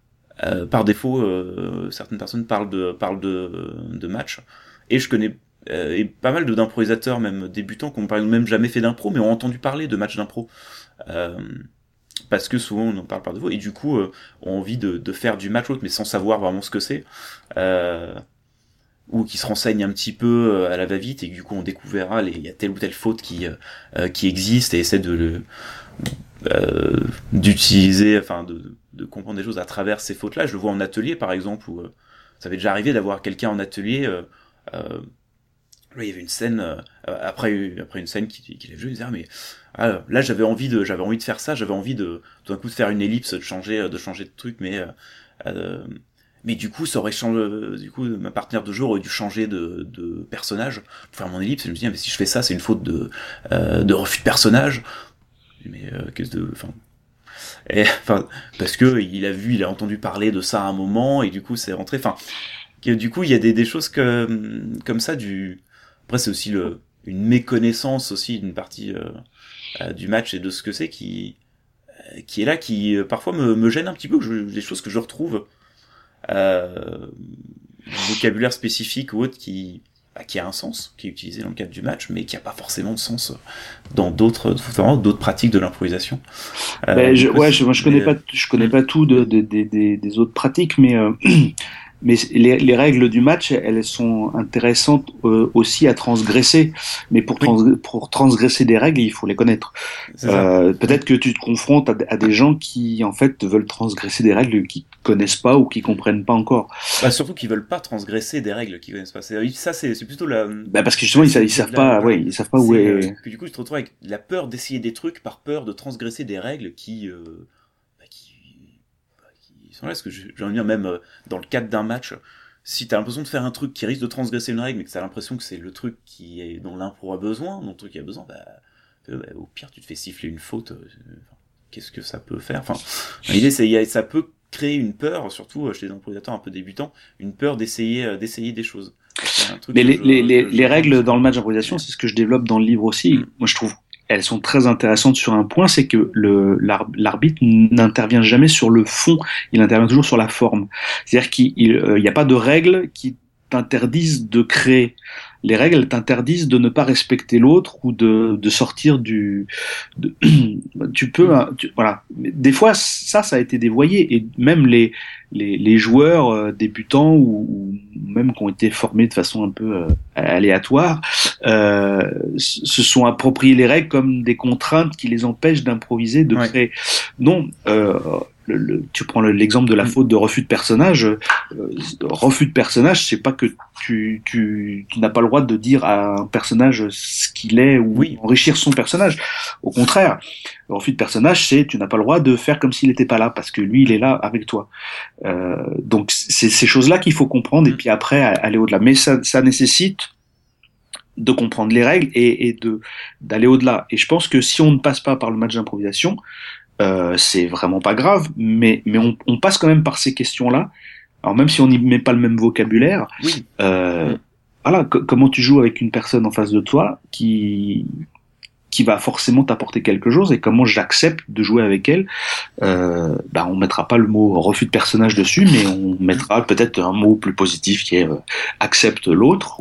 certaines personnes parlent de match. Et je connais pas mal d'improvisateurs, même débutants, qui n'ont même jamais fait d'impro, mais ont entendu parler de matchs d'impro. Parce que souvent on en parle par défaut, et du coup ont envie de faire du match, mais sans savoir vraiment ce que c'est. Ou qui se renseignent un petit peu à la va-vite, et du coup on découvrira il y a telle ou telle faute qui existe, et essaie d'utiliser, enfin de comprendre des choses à travers ces fautes-là. Je le vois en atelier par exemple, où ça m'est déjà arrivé d'avoir quelqu'un en atelier, là il y avait une scène, après une scène qu'il a joué, il disait mais là j'avais envie de faire ça, j'avais envie tout d'un coup de faire une ellipse, de changer de truc, mais du coup ça aurait changé, du coup ma partenaire de jeu aurait dû changer de personnage pour faire mon ellipse. Et je me dis mais si je fais ça, c'est une faute de refus de personnage. Mais parce que il a entendu parler de ça à un moment, et du coup c'est rentré. Du coup il y a des choses comme ça. Après c'est aussi une méconnaissance aussi d'une partie du match et de ce que c'est qui est là, qui parfois me gêne un petit peu, des choses que je retrouve, du vocabulaire spécifique ou autre qui a un sens, qui est utilisé dans le cadre du match, mais qui a pas forcément de sens dans d'autres pratiques de l'improvisation. Je connais pas tout des autres pratiques, mais Mais les règles du match, elles sont intéressantes aussi à transgresser. Mais pour transgresser des règles, il faut les connaître. Peut-être que tu te confrontes à des gens qui, en fait, veulent transgresser des règles qu'ils connaissent pas ou qu'ils comprennent pas encore. Bah, surtout qu'ils veulent pas transgresser des règles qu'ils connaissent pas. C'est plutôt la. Bah parce que justement ils savent pas, ouais, ils savent pas où est. Que du coup, tu te retrouves avec la peur d'essayer des trucs par peur de transgresser des règles qui sont là. Parce que j'ai envie de dire, même dans le cadre d'un match, si t'as l'impression de faire un truc qui risque de transgresser une règle, mais que t'as l'impression que c'est le truc dont l'impro a besoin, dont le truc a besoin, au pire, tu te fais siffler une faute. Qu'est-ce que ça peut faire? Enfin, l'idée, ça peut créer une peur, surtout chez les improvisateurs un peu débutants, une peur d'essayer des choses. Mais les règles dans le match d'improvisation, c'est ce que je développe dans le livre aussi. Moi, je trouve elles sont très intéressantes sur un point, c'est que l'arbitre n'intervient jamais sur le fond, il intervient toujours sur la forme. C'est-à-dire qu'il n'y a pas de règles qui t'interdisent de créer. Les règles t'interdisent de ne pas respecter l'autre ou de sortir voilà. Des fois, ça a été dévoyé et même les joueurs débutants ou même qui ont été formés de façon un peu aléatoire se sont appropriés les règles comme des contraintes qui les empêchent d'improviser, de créer. Non, tu prends l'exemple de la faute de refus de personnage. Refus de personnage, c'est pas que tu n'as pas le droit de dire à un personnage ce qu'il est ou enrichir son personnage. Au contraire, le refus de personnage, c'est tu n'as pas le droit de faire comme s'il n'était pas là parce que lui, il est là avec toi. Donc c'est ces choses-là qu'il faut comprendre et puis après aller au-delà. Mais ça nécessite de comprendre les règles et d'aller au-delà. Et je pense que si on ne passe pas par le match d'improvisation, c'est vraiment pas grave, mais on passe quand même par ces questions-là. Alors même si on n'y met pas le même vocabulaire, voilà, comment tu joues avec une personne en face de toi qui va forcément t'apporter quelque chose et comment j'accepte de jouer avec elle. On mettra pas le mot refus de personnage dessus, mais on mettra peut-être un mot plus positif qui est accepte l'autre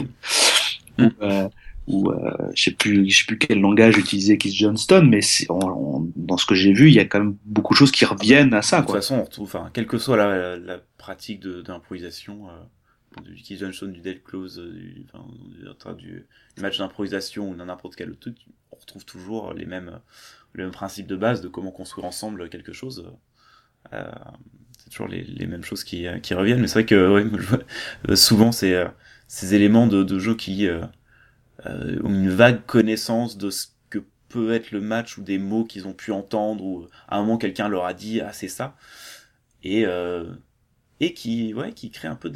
ou je sais plus quel langage utilisait Keith Johnston, mais dans ce que j'ai vu, il y a quand même beaucoup de choses qui reviennent à ça. De toute façon, on retrouve, quelle que soit la pratique d'improvisation, du Keith Johnston, du Dale Close, du match d'improvisation ou n'importe quel autre truc, on retrouve toujours les mêmes principes de base de comment construire ensemble quelque chose. C'est toujours les mêmes choses qui reviennent, mais c'est vrai que souvent ces éléments de jeu qui ont une vague connaissance de ce que peut être le match ou des mots qu'ils ont pu entendre ou à un moment quelqu'un leur a dit c'est ça et qui crée un peu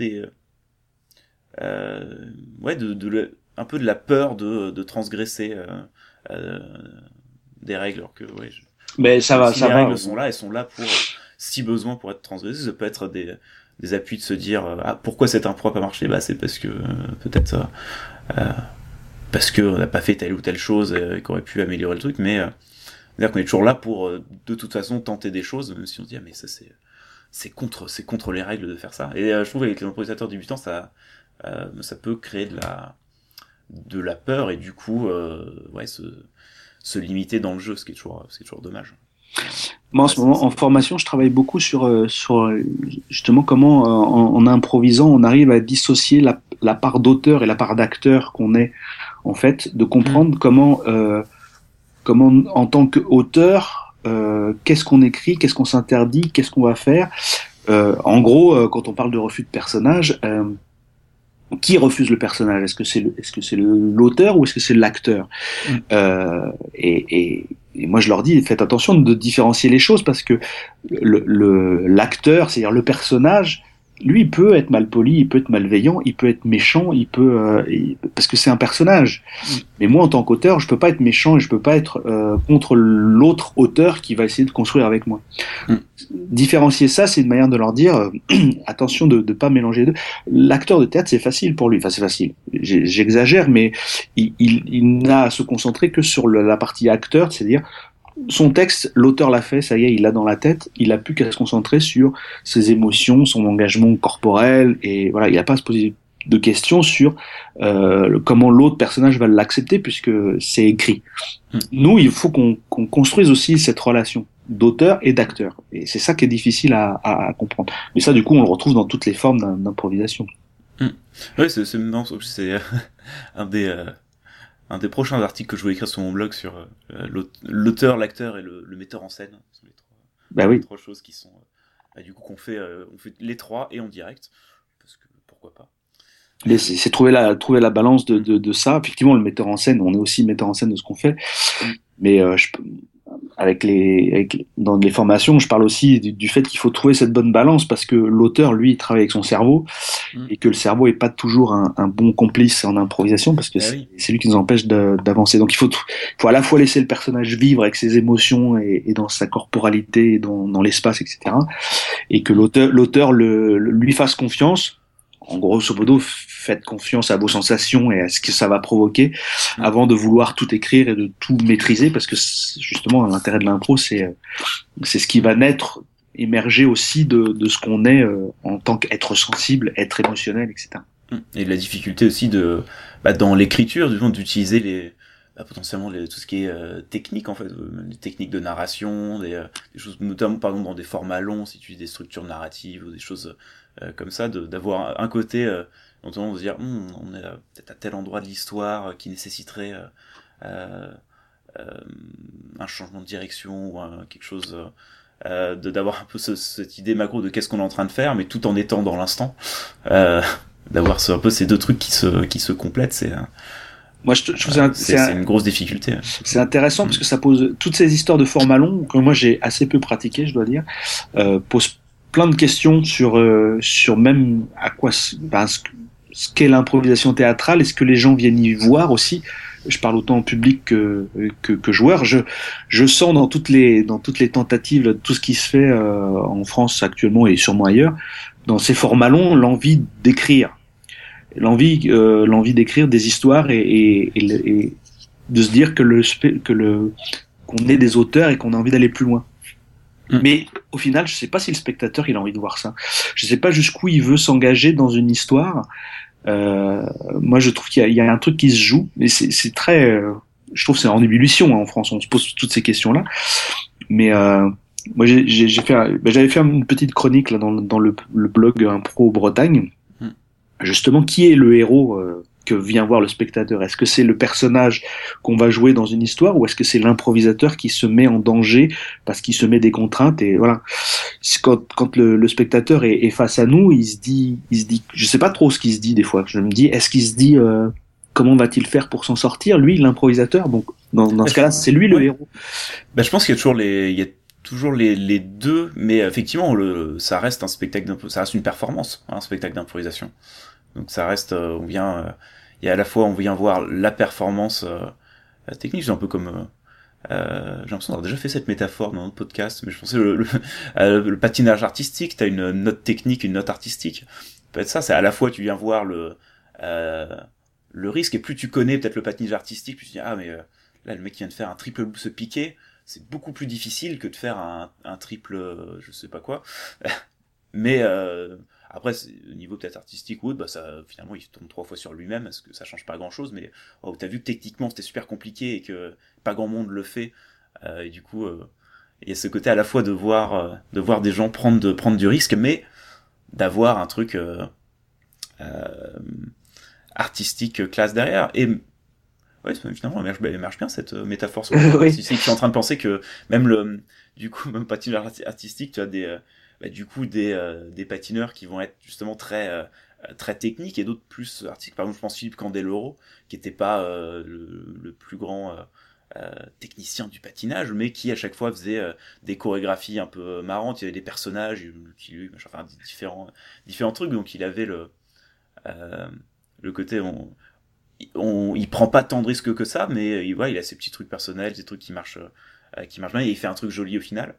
un peu de la peur de transgresser des règles alors que mais ça va. Règles sont là, elles sont là pour si besoin pour être transgressées. Ça peut être des appuis de se dire pourquoi cette impro a pas marché, c'est parce que peut-être parce qu'on n'a pas fait telle ou telle chose qu'on aurait pu améliorer le truc, mais c'est-à-dire qu'on est toujours là pour de toute façon tenter des choses, même si on se dit mais ça c'est contre les règles de faire ça. Et je trouve avec les improvisateurs débutants ça peut créer de la peur et du coup se limiter dans le jeu, ce qui est toujours dommage. Moi en ce moment en formation je travaille beaucoup sur justement comment en improvisant on arrive à dissocier la part d'auteur et la part d'acteur qu'on est, en fait, de comprendre comment en tant qu'auteur qu'est-ce qu'on écrit, qu'est-ce qu'on s'interdit, qu'est-ce qu'on va faire. En gros, quand on parle de refus de personnage, qui refuse le personnage? Est-ce que c'est l'auteur ou est-ce que c'est l'acteur? Et moi je leur dis faites attention de différencier les choses parce que l'acteur, c'est-à-dire le personnage, lui il peut être malpoli, il peut être malveillant, il peut être méchant, parce que c'est un personnage. Mais moi en tant qu'auteur, je peux pas être méchant et je peux pas être contre l'autre auteur qui va essayer de construire avec moi. Différencier ça, c'est une manière de leur dire attention de pas mélanger les deux. L'acteur de théâtre, c'est facile pour lui. Enfin, c'est facile. J'exagère, mais il n'a à se concentrer que sur la partie acteur, c'est-à-dire son texte, l'auteur l'a fait, ça y est, il l'a dans la tête, il a plus qu'à se concentrer sur ses émotions, son engagement corporel, et voilà, il n'a pas à se poser de questions sur comment l'autre personnage va l'accepter puisque c'est écrit. Nous, il faut qu'on construise aussi cette relation. d'auteur et d'acteur. Et c'est ça qui est difficile à comprendre. Mais ça, du coup, on le retrouve dans toutes les formes d'improvisation. Oui, c'est un des prochains articles que je vais écrire sur mon blog sur l'auteur, l'acteur et le metteur en scène. Ce sont les trois choses qui sont du coup on fait les trois et en direct parce que pourquoi pas. Mais c'est trouver la balance de ça. Effectivement, le metteur en scène, on est aussi metteur en scène de ce qu'on fait. Mais dans les formations, je parle aussi du fait qu'il faut trouver cette bonne balance parce que l'auteur, lui, il travaille avec son cerveau et que le cerveau est pas toujours un bon complice en improvisation parce que c'est lui qui nous empêche d'avancer. Donc il faut à la fois laisser le personnage vivre avec ses émotions et dans sa corporalité, dans l'espace, etc. Et que l'auteur lui fasse confiance. En grosso modo, faites confiance à vos sensations et à ce que ça va provoquer avant de vouloir tout écrire et de tout maîtriser parce que justement l'intérêt de l'impro c'est ce qui va naître, émerger aussi de ce qu'on est en tant qu'être sensible, être émotionnel, etc. Et la difficulté aussi dans l'écriture d'utiliser potentiellement tout ce qui est technique en fait, les techniques de narration, des choses notamment par exemple dans des formats longs si tu utilises des structures narratives ou des choses comme ça, d'avoir un côté dont on va se dire on est peut-être à tel endroit de l'histoire qui nécessiterait un changement de direction ou quelque chose d'avoir un peu cette idée macro de qu'est-ce qu'on est en train de faire mais tout en étant dans l'instant, d'avoir un peu ces deux trucs qui se complètent, moi, je trouve c'est une grosse difficulté. C'est intéressant parce que ça pose toutes ces histoires de formats longs que moi j'ai assez peu pratiqué, je dois dire, pose plein de questions sur même à quoi ce qu'est l'improvisation théâtrale et ce que les gens viennent y voir aussi. Je parle autant en public que joueur. Je sens dans toutes les tentatives, tout ce qui se fait en France actuellement et sûrement ailleurs, dans ces formats longs, l'envie d'écrire. L'envie d'écrire des histoires et de se dire qu'on est des auteurs et qu'on a envie d'aller plus loin. Mais au final, je sais pas si le spectateur il a envie de voir ça. Je sais pas jusqu'où il veut s'engager dans une histoire. Moi, je trouve qu'il y a un truc qui se joue, mais c'est très. Je trouve que c'est en ébullition en France. On se pose toutes ces questions-là. Mais moi, j'avais fait une petite chronique là dans le blog Impro Bretagne. Justement, qui est le héros que vient voir le spectateur? Est-ce que c'est le personnage qu'on va jouer dans une histoire ou est-ce que c'est l'improvisateur qui se met en danger parce qu'il se met des contraintes? Et voilà, quand le spectateur est face à nous, il se dit, je sais pas trop ce qu'il se dit des fois. Je me dis, est-ce qu'il se dit comment va-t-il faire pour s'en sortir, lui, l'improvisateur? Donc dans ce cas-là, c'est lui le héros. Je pense qu'il y a toujours les deux, mais effectivement, ça reste un spectacle ça reste une performance, un spectacle d'improvisation. Donc ça reste, il y a à la fois on vient voir la performance technique, c'est un peu comme j'ai l'impression d'avoir déjà fait cette métaphore dans notre podcast, mais je pensais le patinage artistique, t'as une note technique, une note artistique. Peut-être ça, c'est à la fois tu viens voir le risque, et plus tu connais peut-être le patinage artistique, plus tu dis mais là le mec qui vient de faire un triple se piquer, c'est beaucoup plus difficile que de faire un triple je sais pas quoi. Mais après, au niveau peut-être artistique ou autre, ça, finalement, il tombe 3 fois sur lui-même, parce que ça change pas grand-chose, mais t'as vu que techniquement, c'était super compliqué et que pas grand monde le fait, et du coup, il y a ce côté à la fois de voir des gens prendre du risque, mais d'avoir un truc artistique classe derrière. Et finalement, elle marche bien cette métaphore. Oui. Je suis en train de penser que même même patinage artistique, tu as des patineurs qui vont être justement très techniques et d'autres plus artistiques. Par exemple, je pense Philippe Candeloro, qui était pas le plus grand technicien du patinage, mais qui à chaque fois faisait des chorégraphies un peu marrantes. Il y avait des personnages différents trucs, donc il avait le côté il prend pas tant de risques que ça, mais il a ses petits trucs personnels, des trucs qui marchent bien, et il fait un truc joli au final.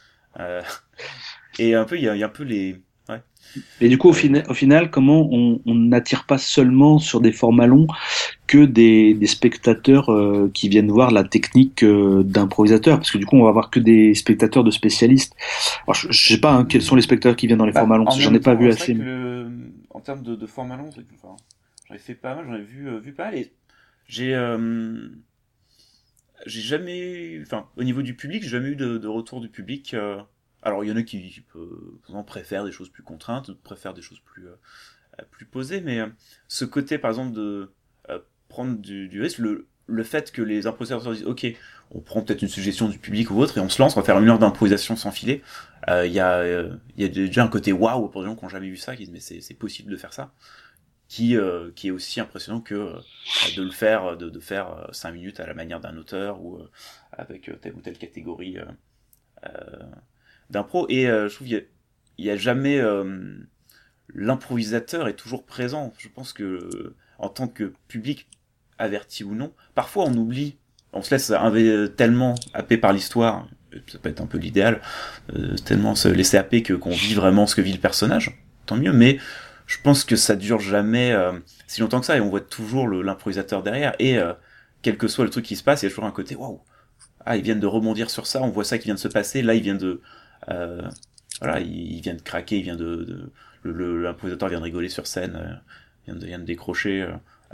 Et un peu, il y a un peu les. Ouais. Et du coup, au final, comment on n'attire pas seulement sur des formats longs que des spectateurs qui viennent voir la technique d'improvisateur? Parce que du coup, on va avoir que des spectateurs de spécialistes. Alors, je sais pas quels sont les spectateurs qui viennent dans les formats longs, parce que j'en ai pas vu assez. En termes de formats longs, j'en ai fait pas mal, j'en ai vu pas mal. Et j'ai. j'ai jamais, enfin, au niveau du public, j'ai jamais eu de retour du public. Alors, il y en a qui préfèrent des choses plus contraintes, d'autres préfèrent des choses plus posées, mais ce côté, par exemple, de prendre du risque, le fait que les improvisateurs disent, ok, on prend peut-être une suggestion du public ou autre et on se lance, on va faire 1 heure d'improvisation sans filet. Il y a déjà un côté waouh pour les gens qui n'ont jamais vu ça, qui disent mais c'est possible de faire ça, qui est aussi impressionnant que de le faire, de faire 5 minutes à la manière d'un auteur ou avec telle ou telle catégorie d'impro. Et je trouve qu'il y a jamais l'improvisateur est toujours présent. Je pense que en tant que public averti ou non, parfois on oublie, on se laisse tellement happer par l'histoire, ça peut être un peu l'idéal, tellement se laisser happer qu'on vit vraiment ce que vit le personnage, tant mieux, mais je pense que ça dure jamais si longtemps que ça, et on voit toujours l'improvisateur derrière, et quel que soit le truc qui se passe, il y a toujours un côté waouh, ils viennent de rebondir sur ça, on voit ça qui vient de se passer, là il vient de il vient de craquer, il vient l'improvisateur vient de rigoler sur scène, vient de décrocher,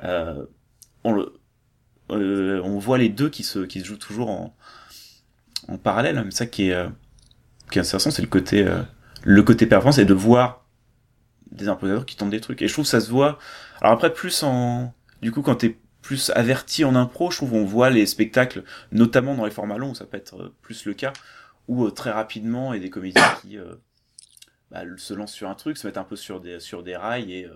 on voit les deux qui se jouent toujours en parallèle, mais ça qui est intéressant, c'est le côté performance, et de voir des improvisateurs qui tentent des trucs, et je trouve que ça se voit. Alors après, du coup, quand t'es plus averti en impro, je trouve on voit les spectacles, notamment dans les formats longs, ça peut être plus le cas, où très rapidement, il y a des comédiens qui se lancent sur un truc, se mettent un peu sur des rails, et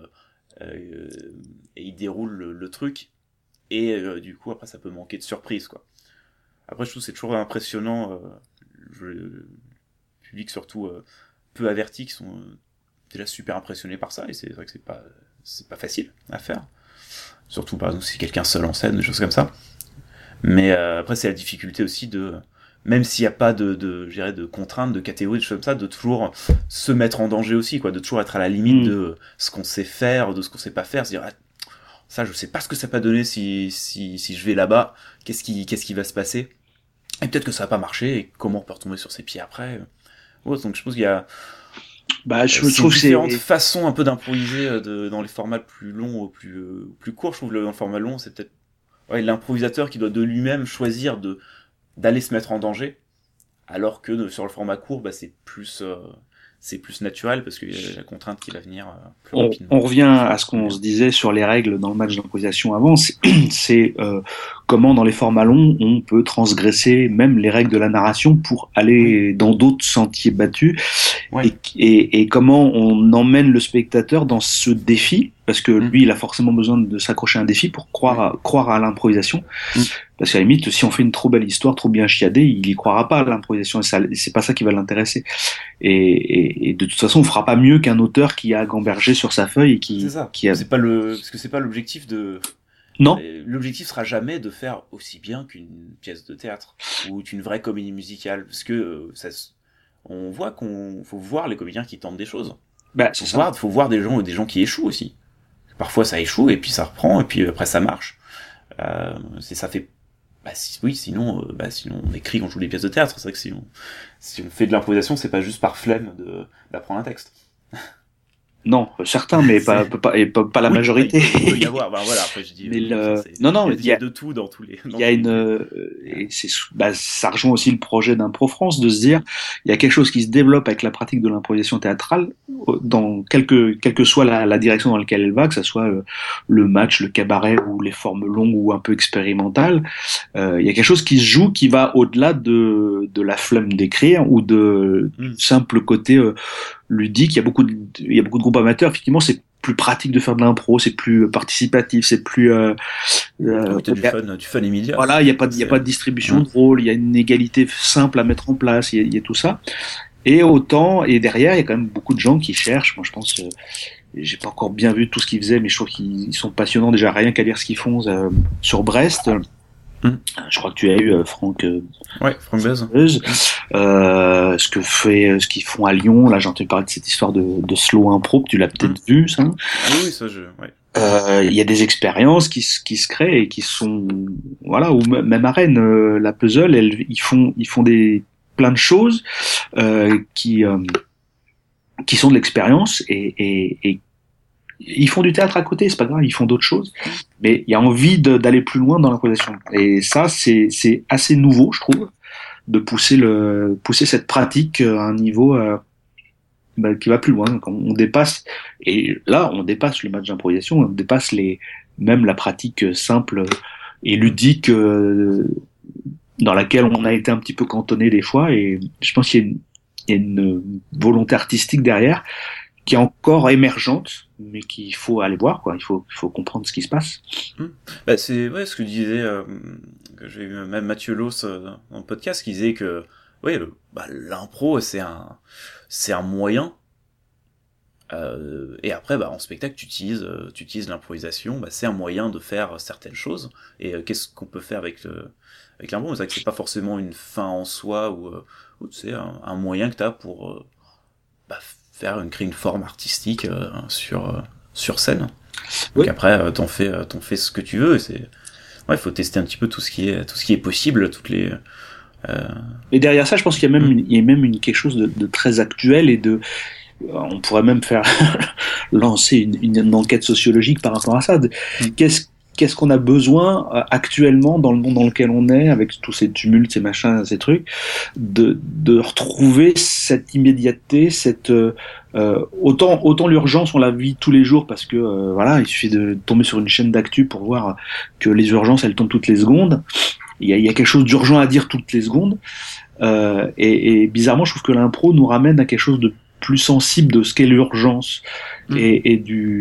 ils déroulent le truc, et du coup après ça peut manquer de surprise, quoi. Après je trouve que c'est toujours impressionnant, le public surtout peu averti, qui sont déjà super impressionnés par ça, et c'est vrai que c'est pas facile à faire, surtout par exemple si quelqu'un seul en scène, des choses comme ça. Mais après c'est la difficulté aussi de, même s'il n'y a pas de contraintes, de catégories, de choses comme ça, de toujours se mettre en danger aussi, quoi, de toujours être à la limite de ce qu'on sait faire, de ce qu'on sait pas faire, se dire ça je sais pas ce que ça peut donner si je vais là-bas, qu'est-ce qui va se passer, et peut-être que ça va pas marcher, et comment on peut retomber sur ses pieds après. Donc je pense qu'il y a je trouve différentes façons un peu d'improviser dans les formats plus longs ou plus courts. Je trouve que dans le format long, c'est peut-être l'improvisateur qui doit de lui-même choisir d'aller se mettre en danger, alors que sur le format court, c'est plus naturel, parce qu'il y a la contrainte qui va venir plus rapidement. On revient à ce qu'on se disait sur les règles dans le match d'improvisation avant, c'est comment dans les formats longs on peut transgresser même les règles de la narration pour aller dans d'autres sentiers battus, et comment on emmène le spectateur dans ce défi, parce que lui il a forcément besoin de s'accrocher à un défi pour croire à l'improvisation, parce qu'à la limite si on fait une trop belle histoire, trop bien chiadée, il y croira pas à l'improvisation, et c'est pas ça qui va l'intéresser, et de toute façon on fera pas mieux qu'un auteur qui a gambergé sur sa feuille et c'est pas parce que c'est pas l'objectif de... Non. L'objectif sera jamais de faire aussi bien qu'une pièce de théâtre ou qu'une vraie comédie musicale, parce que on voit qu'on faut voir les comédiens qui tentent des choses. Faut voir des gens qui échouent aussi. Parfois ça échoue et puis ça reprend et puis après ça marche. Ça fait sinon on écrit, on joue des pièces de théâtre. C'est vrai que si on fait de l'improvisation, c'est pas juste par flemme d'apprendre un texte. Non, certains, mais pas la majorité. Il peut y avoir, voilà, après je dis. Mais il y a de tout dans tous les. Il y a et ça rejoint aussi le projet d'Impro France, de se dire, il y a quelque chose qui se développe avec la pratique de l'improvisation théâtrale, dans quelle que soit la direction dans laquelle elle va, que ça soit le match, le cabaret ou les formes longues ou un peu expérimentales. Il y a quelque chose qui se joue, qui va au-delà de la flemme d'écrire ou de simple côté ludique. Il y a beaucoup de groupes amateurs, effectivement, c'est plus pratique de faire de l'impro, c'est plus participatif, c'est plus du fun immédiat. Voilà, il y a pas de distribution de rôle, il y a une égalité simple à mettre en place, il y a tout ça. Et derrière, il y a quand même beaucoup de gens qui cherchent. Moi, je pense que j'ai pas encore bien vu tout ce qu'ils faisaient, mais je trouve qu'ils sont passionnants déjà, rien qu'à lire ce qu'ils font sur Brest. Je crois que tu as eu Franck Buzz. Ce qu'ils font à Lyon, là j'ai entendu parler de cette histoire de slow impro, tu l'as peut-être vu ça. Oui, ça il y a des expériences qui se créent et qui sont ou même à Rennes, la puzzle, ils font plein de choses qui sont de l'expérience, et ils font du théâtre à côté, c'est pas grave, ils font d'autres choses, mais il y a envie d'aller plus loin dans l'improvisation. Et ça, c'est assez nouveau, je trouve, de pousser cette pratique à un niveau qui va plus loin. Quand on dépasse, et là, on dépasse le match d'improvisation, on dépasse même la pratique simple et ludique dans laquelle on a été un petit peu cantonné des fois. Et je pense qu'il y a une volonté artistique derrière qui est encore émergente, mais qu'il faut aller voir, quoi. Il faut comprendre ce qui se passe. Bah, c'est ce que disait, que j'ai eu même Mathieu Loss dans le podcast, qui disait que l'impro c'est un moyen. Et après, en spectacle, tu utilises l'improvisation. C'est un moyen de faire certaines choses. Et qu'est-ce qu'on peut faire avec l'impro? C'est vrai que c'est pas forcément une fin en soi, ou c'est un moyen que t'as pour créer une forme artistique sur scène. Donc après, t'en fais ce que tu veux. Il faut tester un petit peu tout ce qui est possible, toutes les. Et derrière ça, je pense qu'il y a même quelque chose de très actuel et de. On pourrait même faire lancer une enquête sociologique par rapport à ça. Qu'est-ce qu'on a besoin actuellement dans le monde dans lequel on est, avec tous ces tumultes, ces machins, ces trucs, de retrouver cette immédiateté, autant l'urgence on la vit tous les jours parce que il suffit de tomber sur une chaîne d'actu pour voir que les urgences elles tombent toutes les secondes. Il y a quelque chose d'urgent à dire toutes les secondes. Et bizarrement, je trouve que l'impro nous ramène à quelque chose de plus sensible de ce qu'est l'urgence et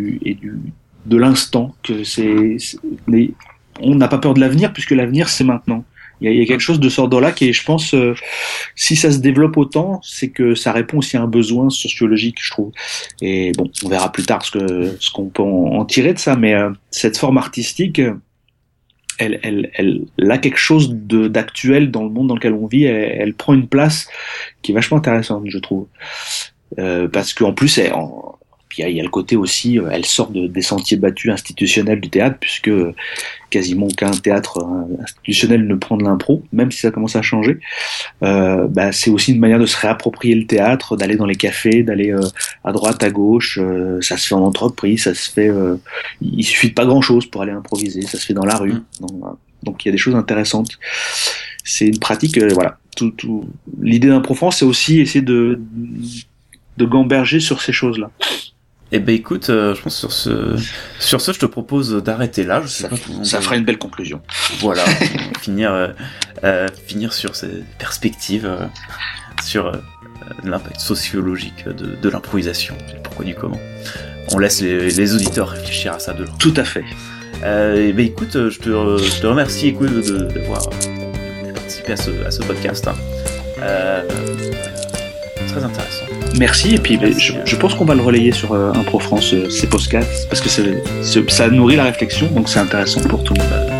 de l'instant, mais on n'a pas peur de l'avenir puisque l'avenir c'est maintenant. Il y a quelque chose de ce ordre-là qui est, je pense, si ça se développe autant, c'est que ça répond aussi à un besoin sociologique, je trouve. Et bon, on verra plus tard ce qu'on peut en tirer de ça, mais cette forme artistique, elle a quelque chose d'actuel dans le monde dans lequel on vit. Elle prend une place qui est vachement intéressante, je trouve. Parce qu'en plus, il y a le côté aussi, elle sort des sentiers battus institutionnels du théâtre, puisque quasiment aucun théâtre institutionnel ne prend de l'impro, même si ça commence à changer. C'est aussi une manière de se réapproprier le théâtre, d'aller dans les cafés, d'aller à droite, à gauche. Ça se fait en entreprise, ça se fait. Il suffit de pas grand-chose pour aller improviser. Ça se fait dans la rue. Donc il y a des choses intéressantes. C'est une pratique, voilà. L'idée d'Impro-France, c'est aussi essayer de gamberger sur ces choses-là. Eh ben écoute, je pense sur ce, je te propose d'arrêter là. Ça fera une belle conclusion. Voilà, finir sur ces perspectives, sur l'impact sociologique de l'improvisation, pourquoi du comment. On laisse les auditeurs réfléchir à ça de leur. Tout à fait. Eh ben écoute, je te remercie d'avoir participé à ce podcast. Très intéressant. Merci, et puis je pense qu'on va le relayer sur Impro France, ces podcasts, parce que ça nourrit la réflexion, donc c'est intéressant pour tout le monde.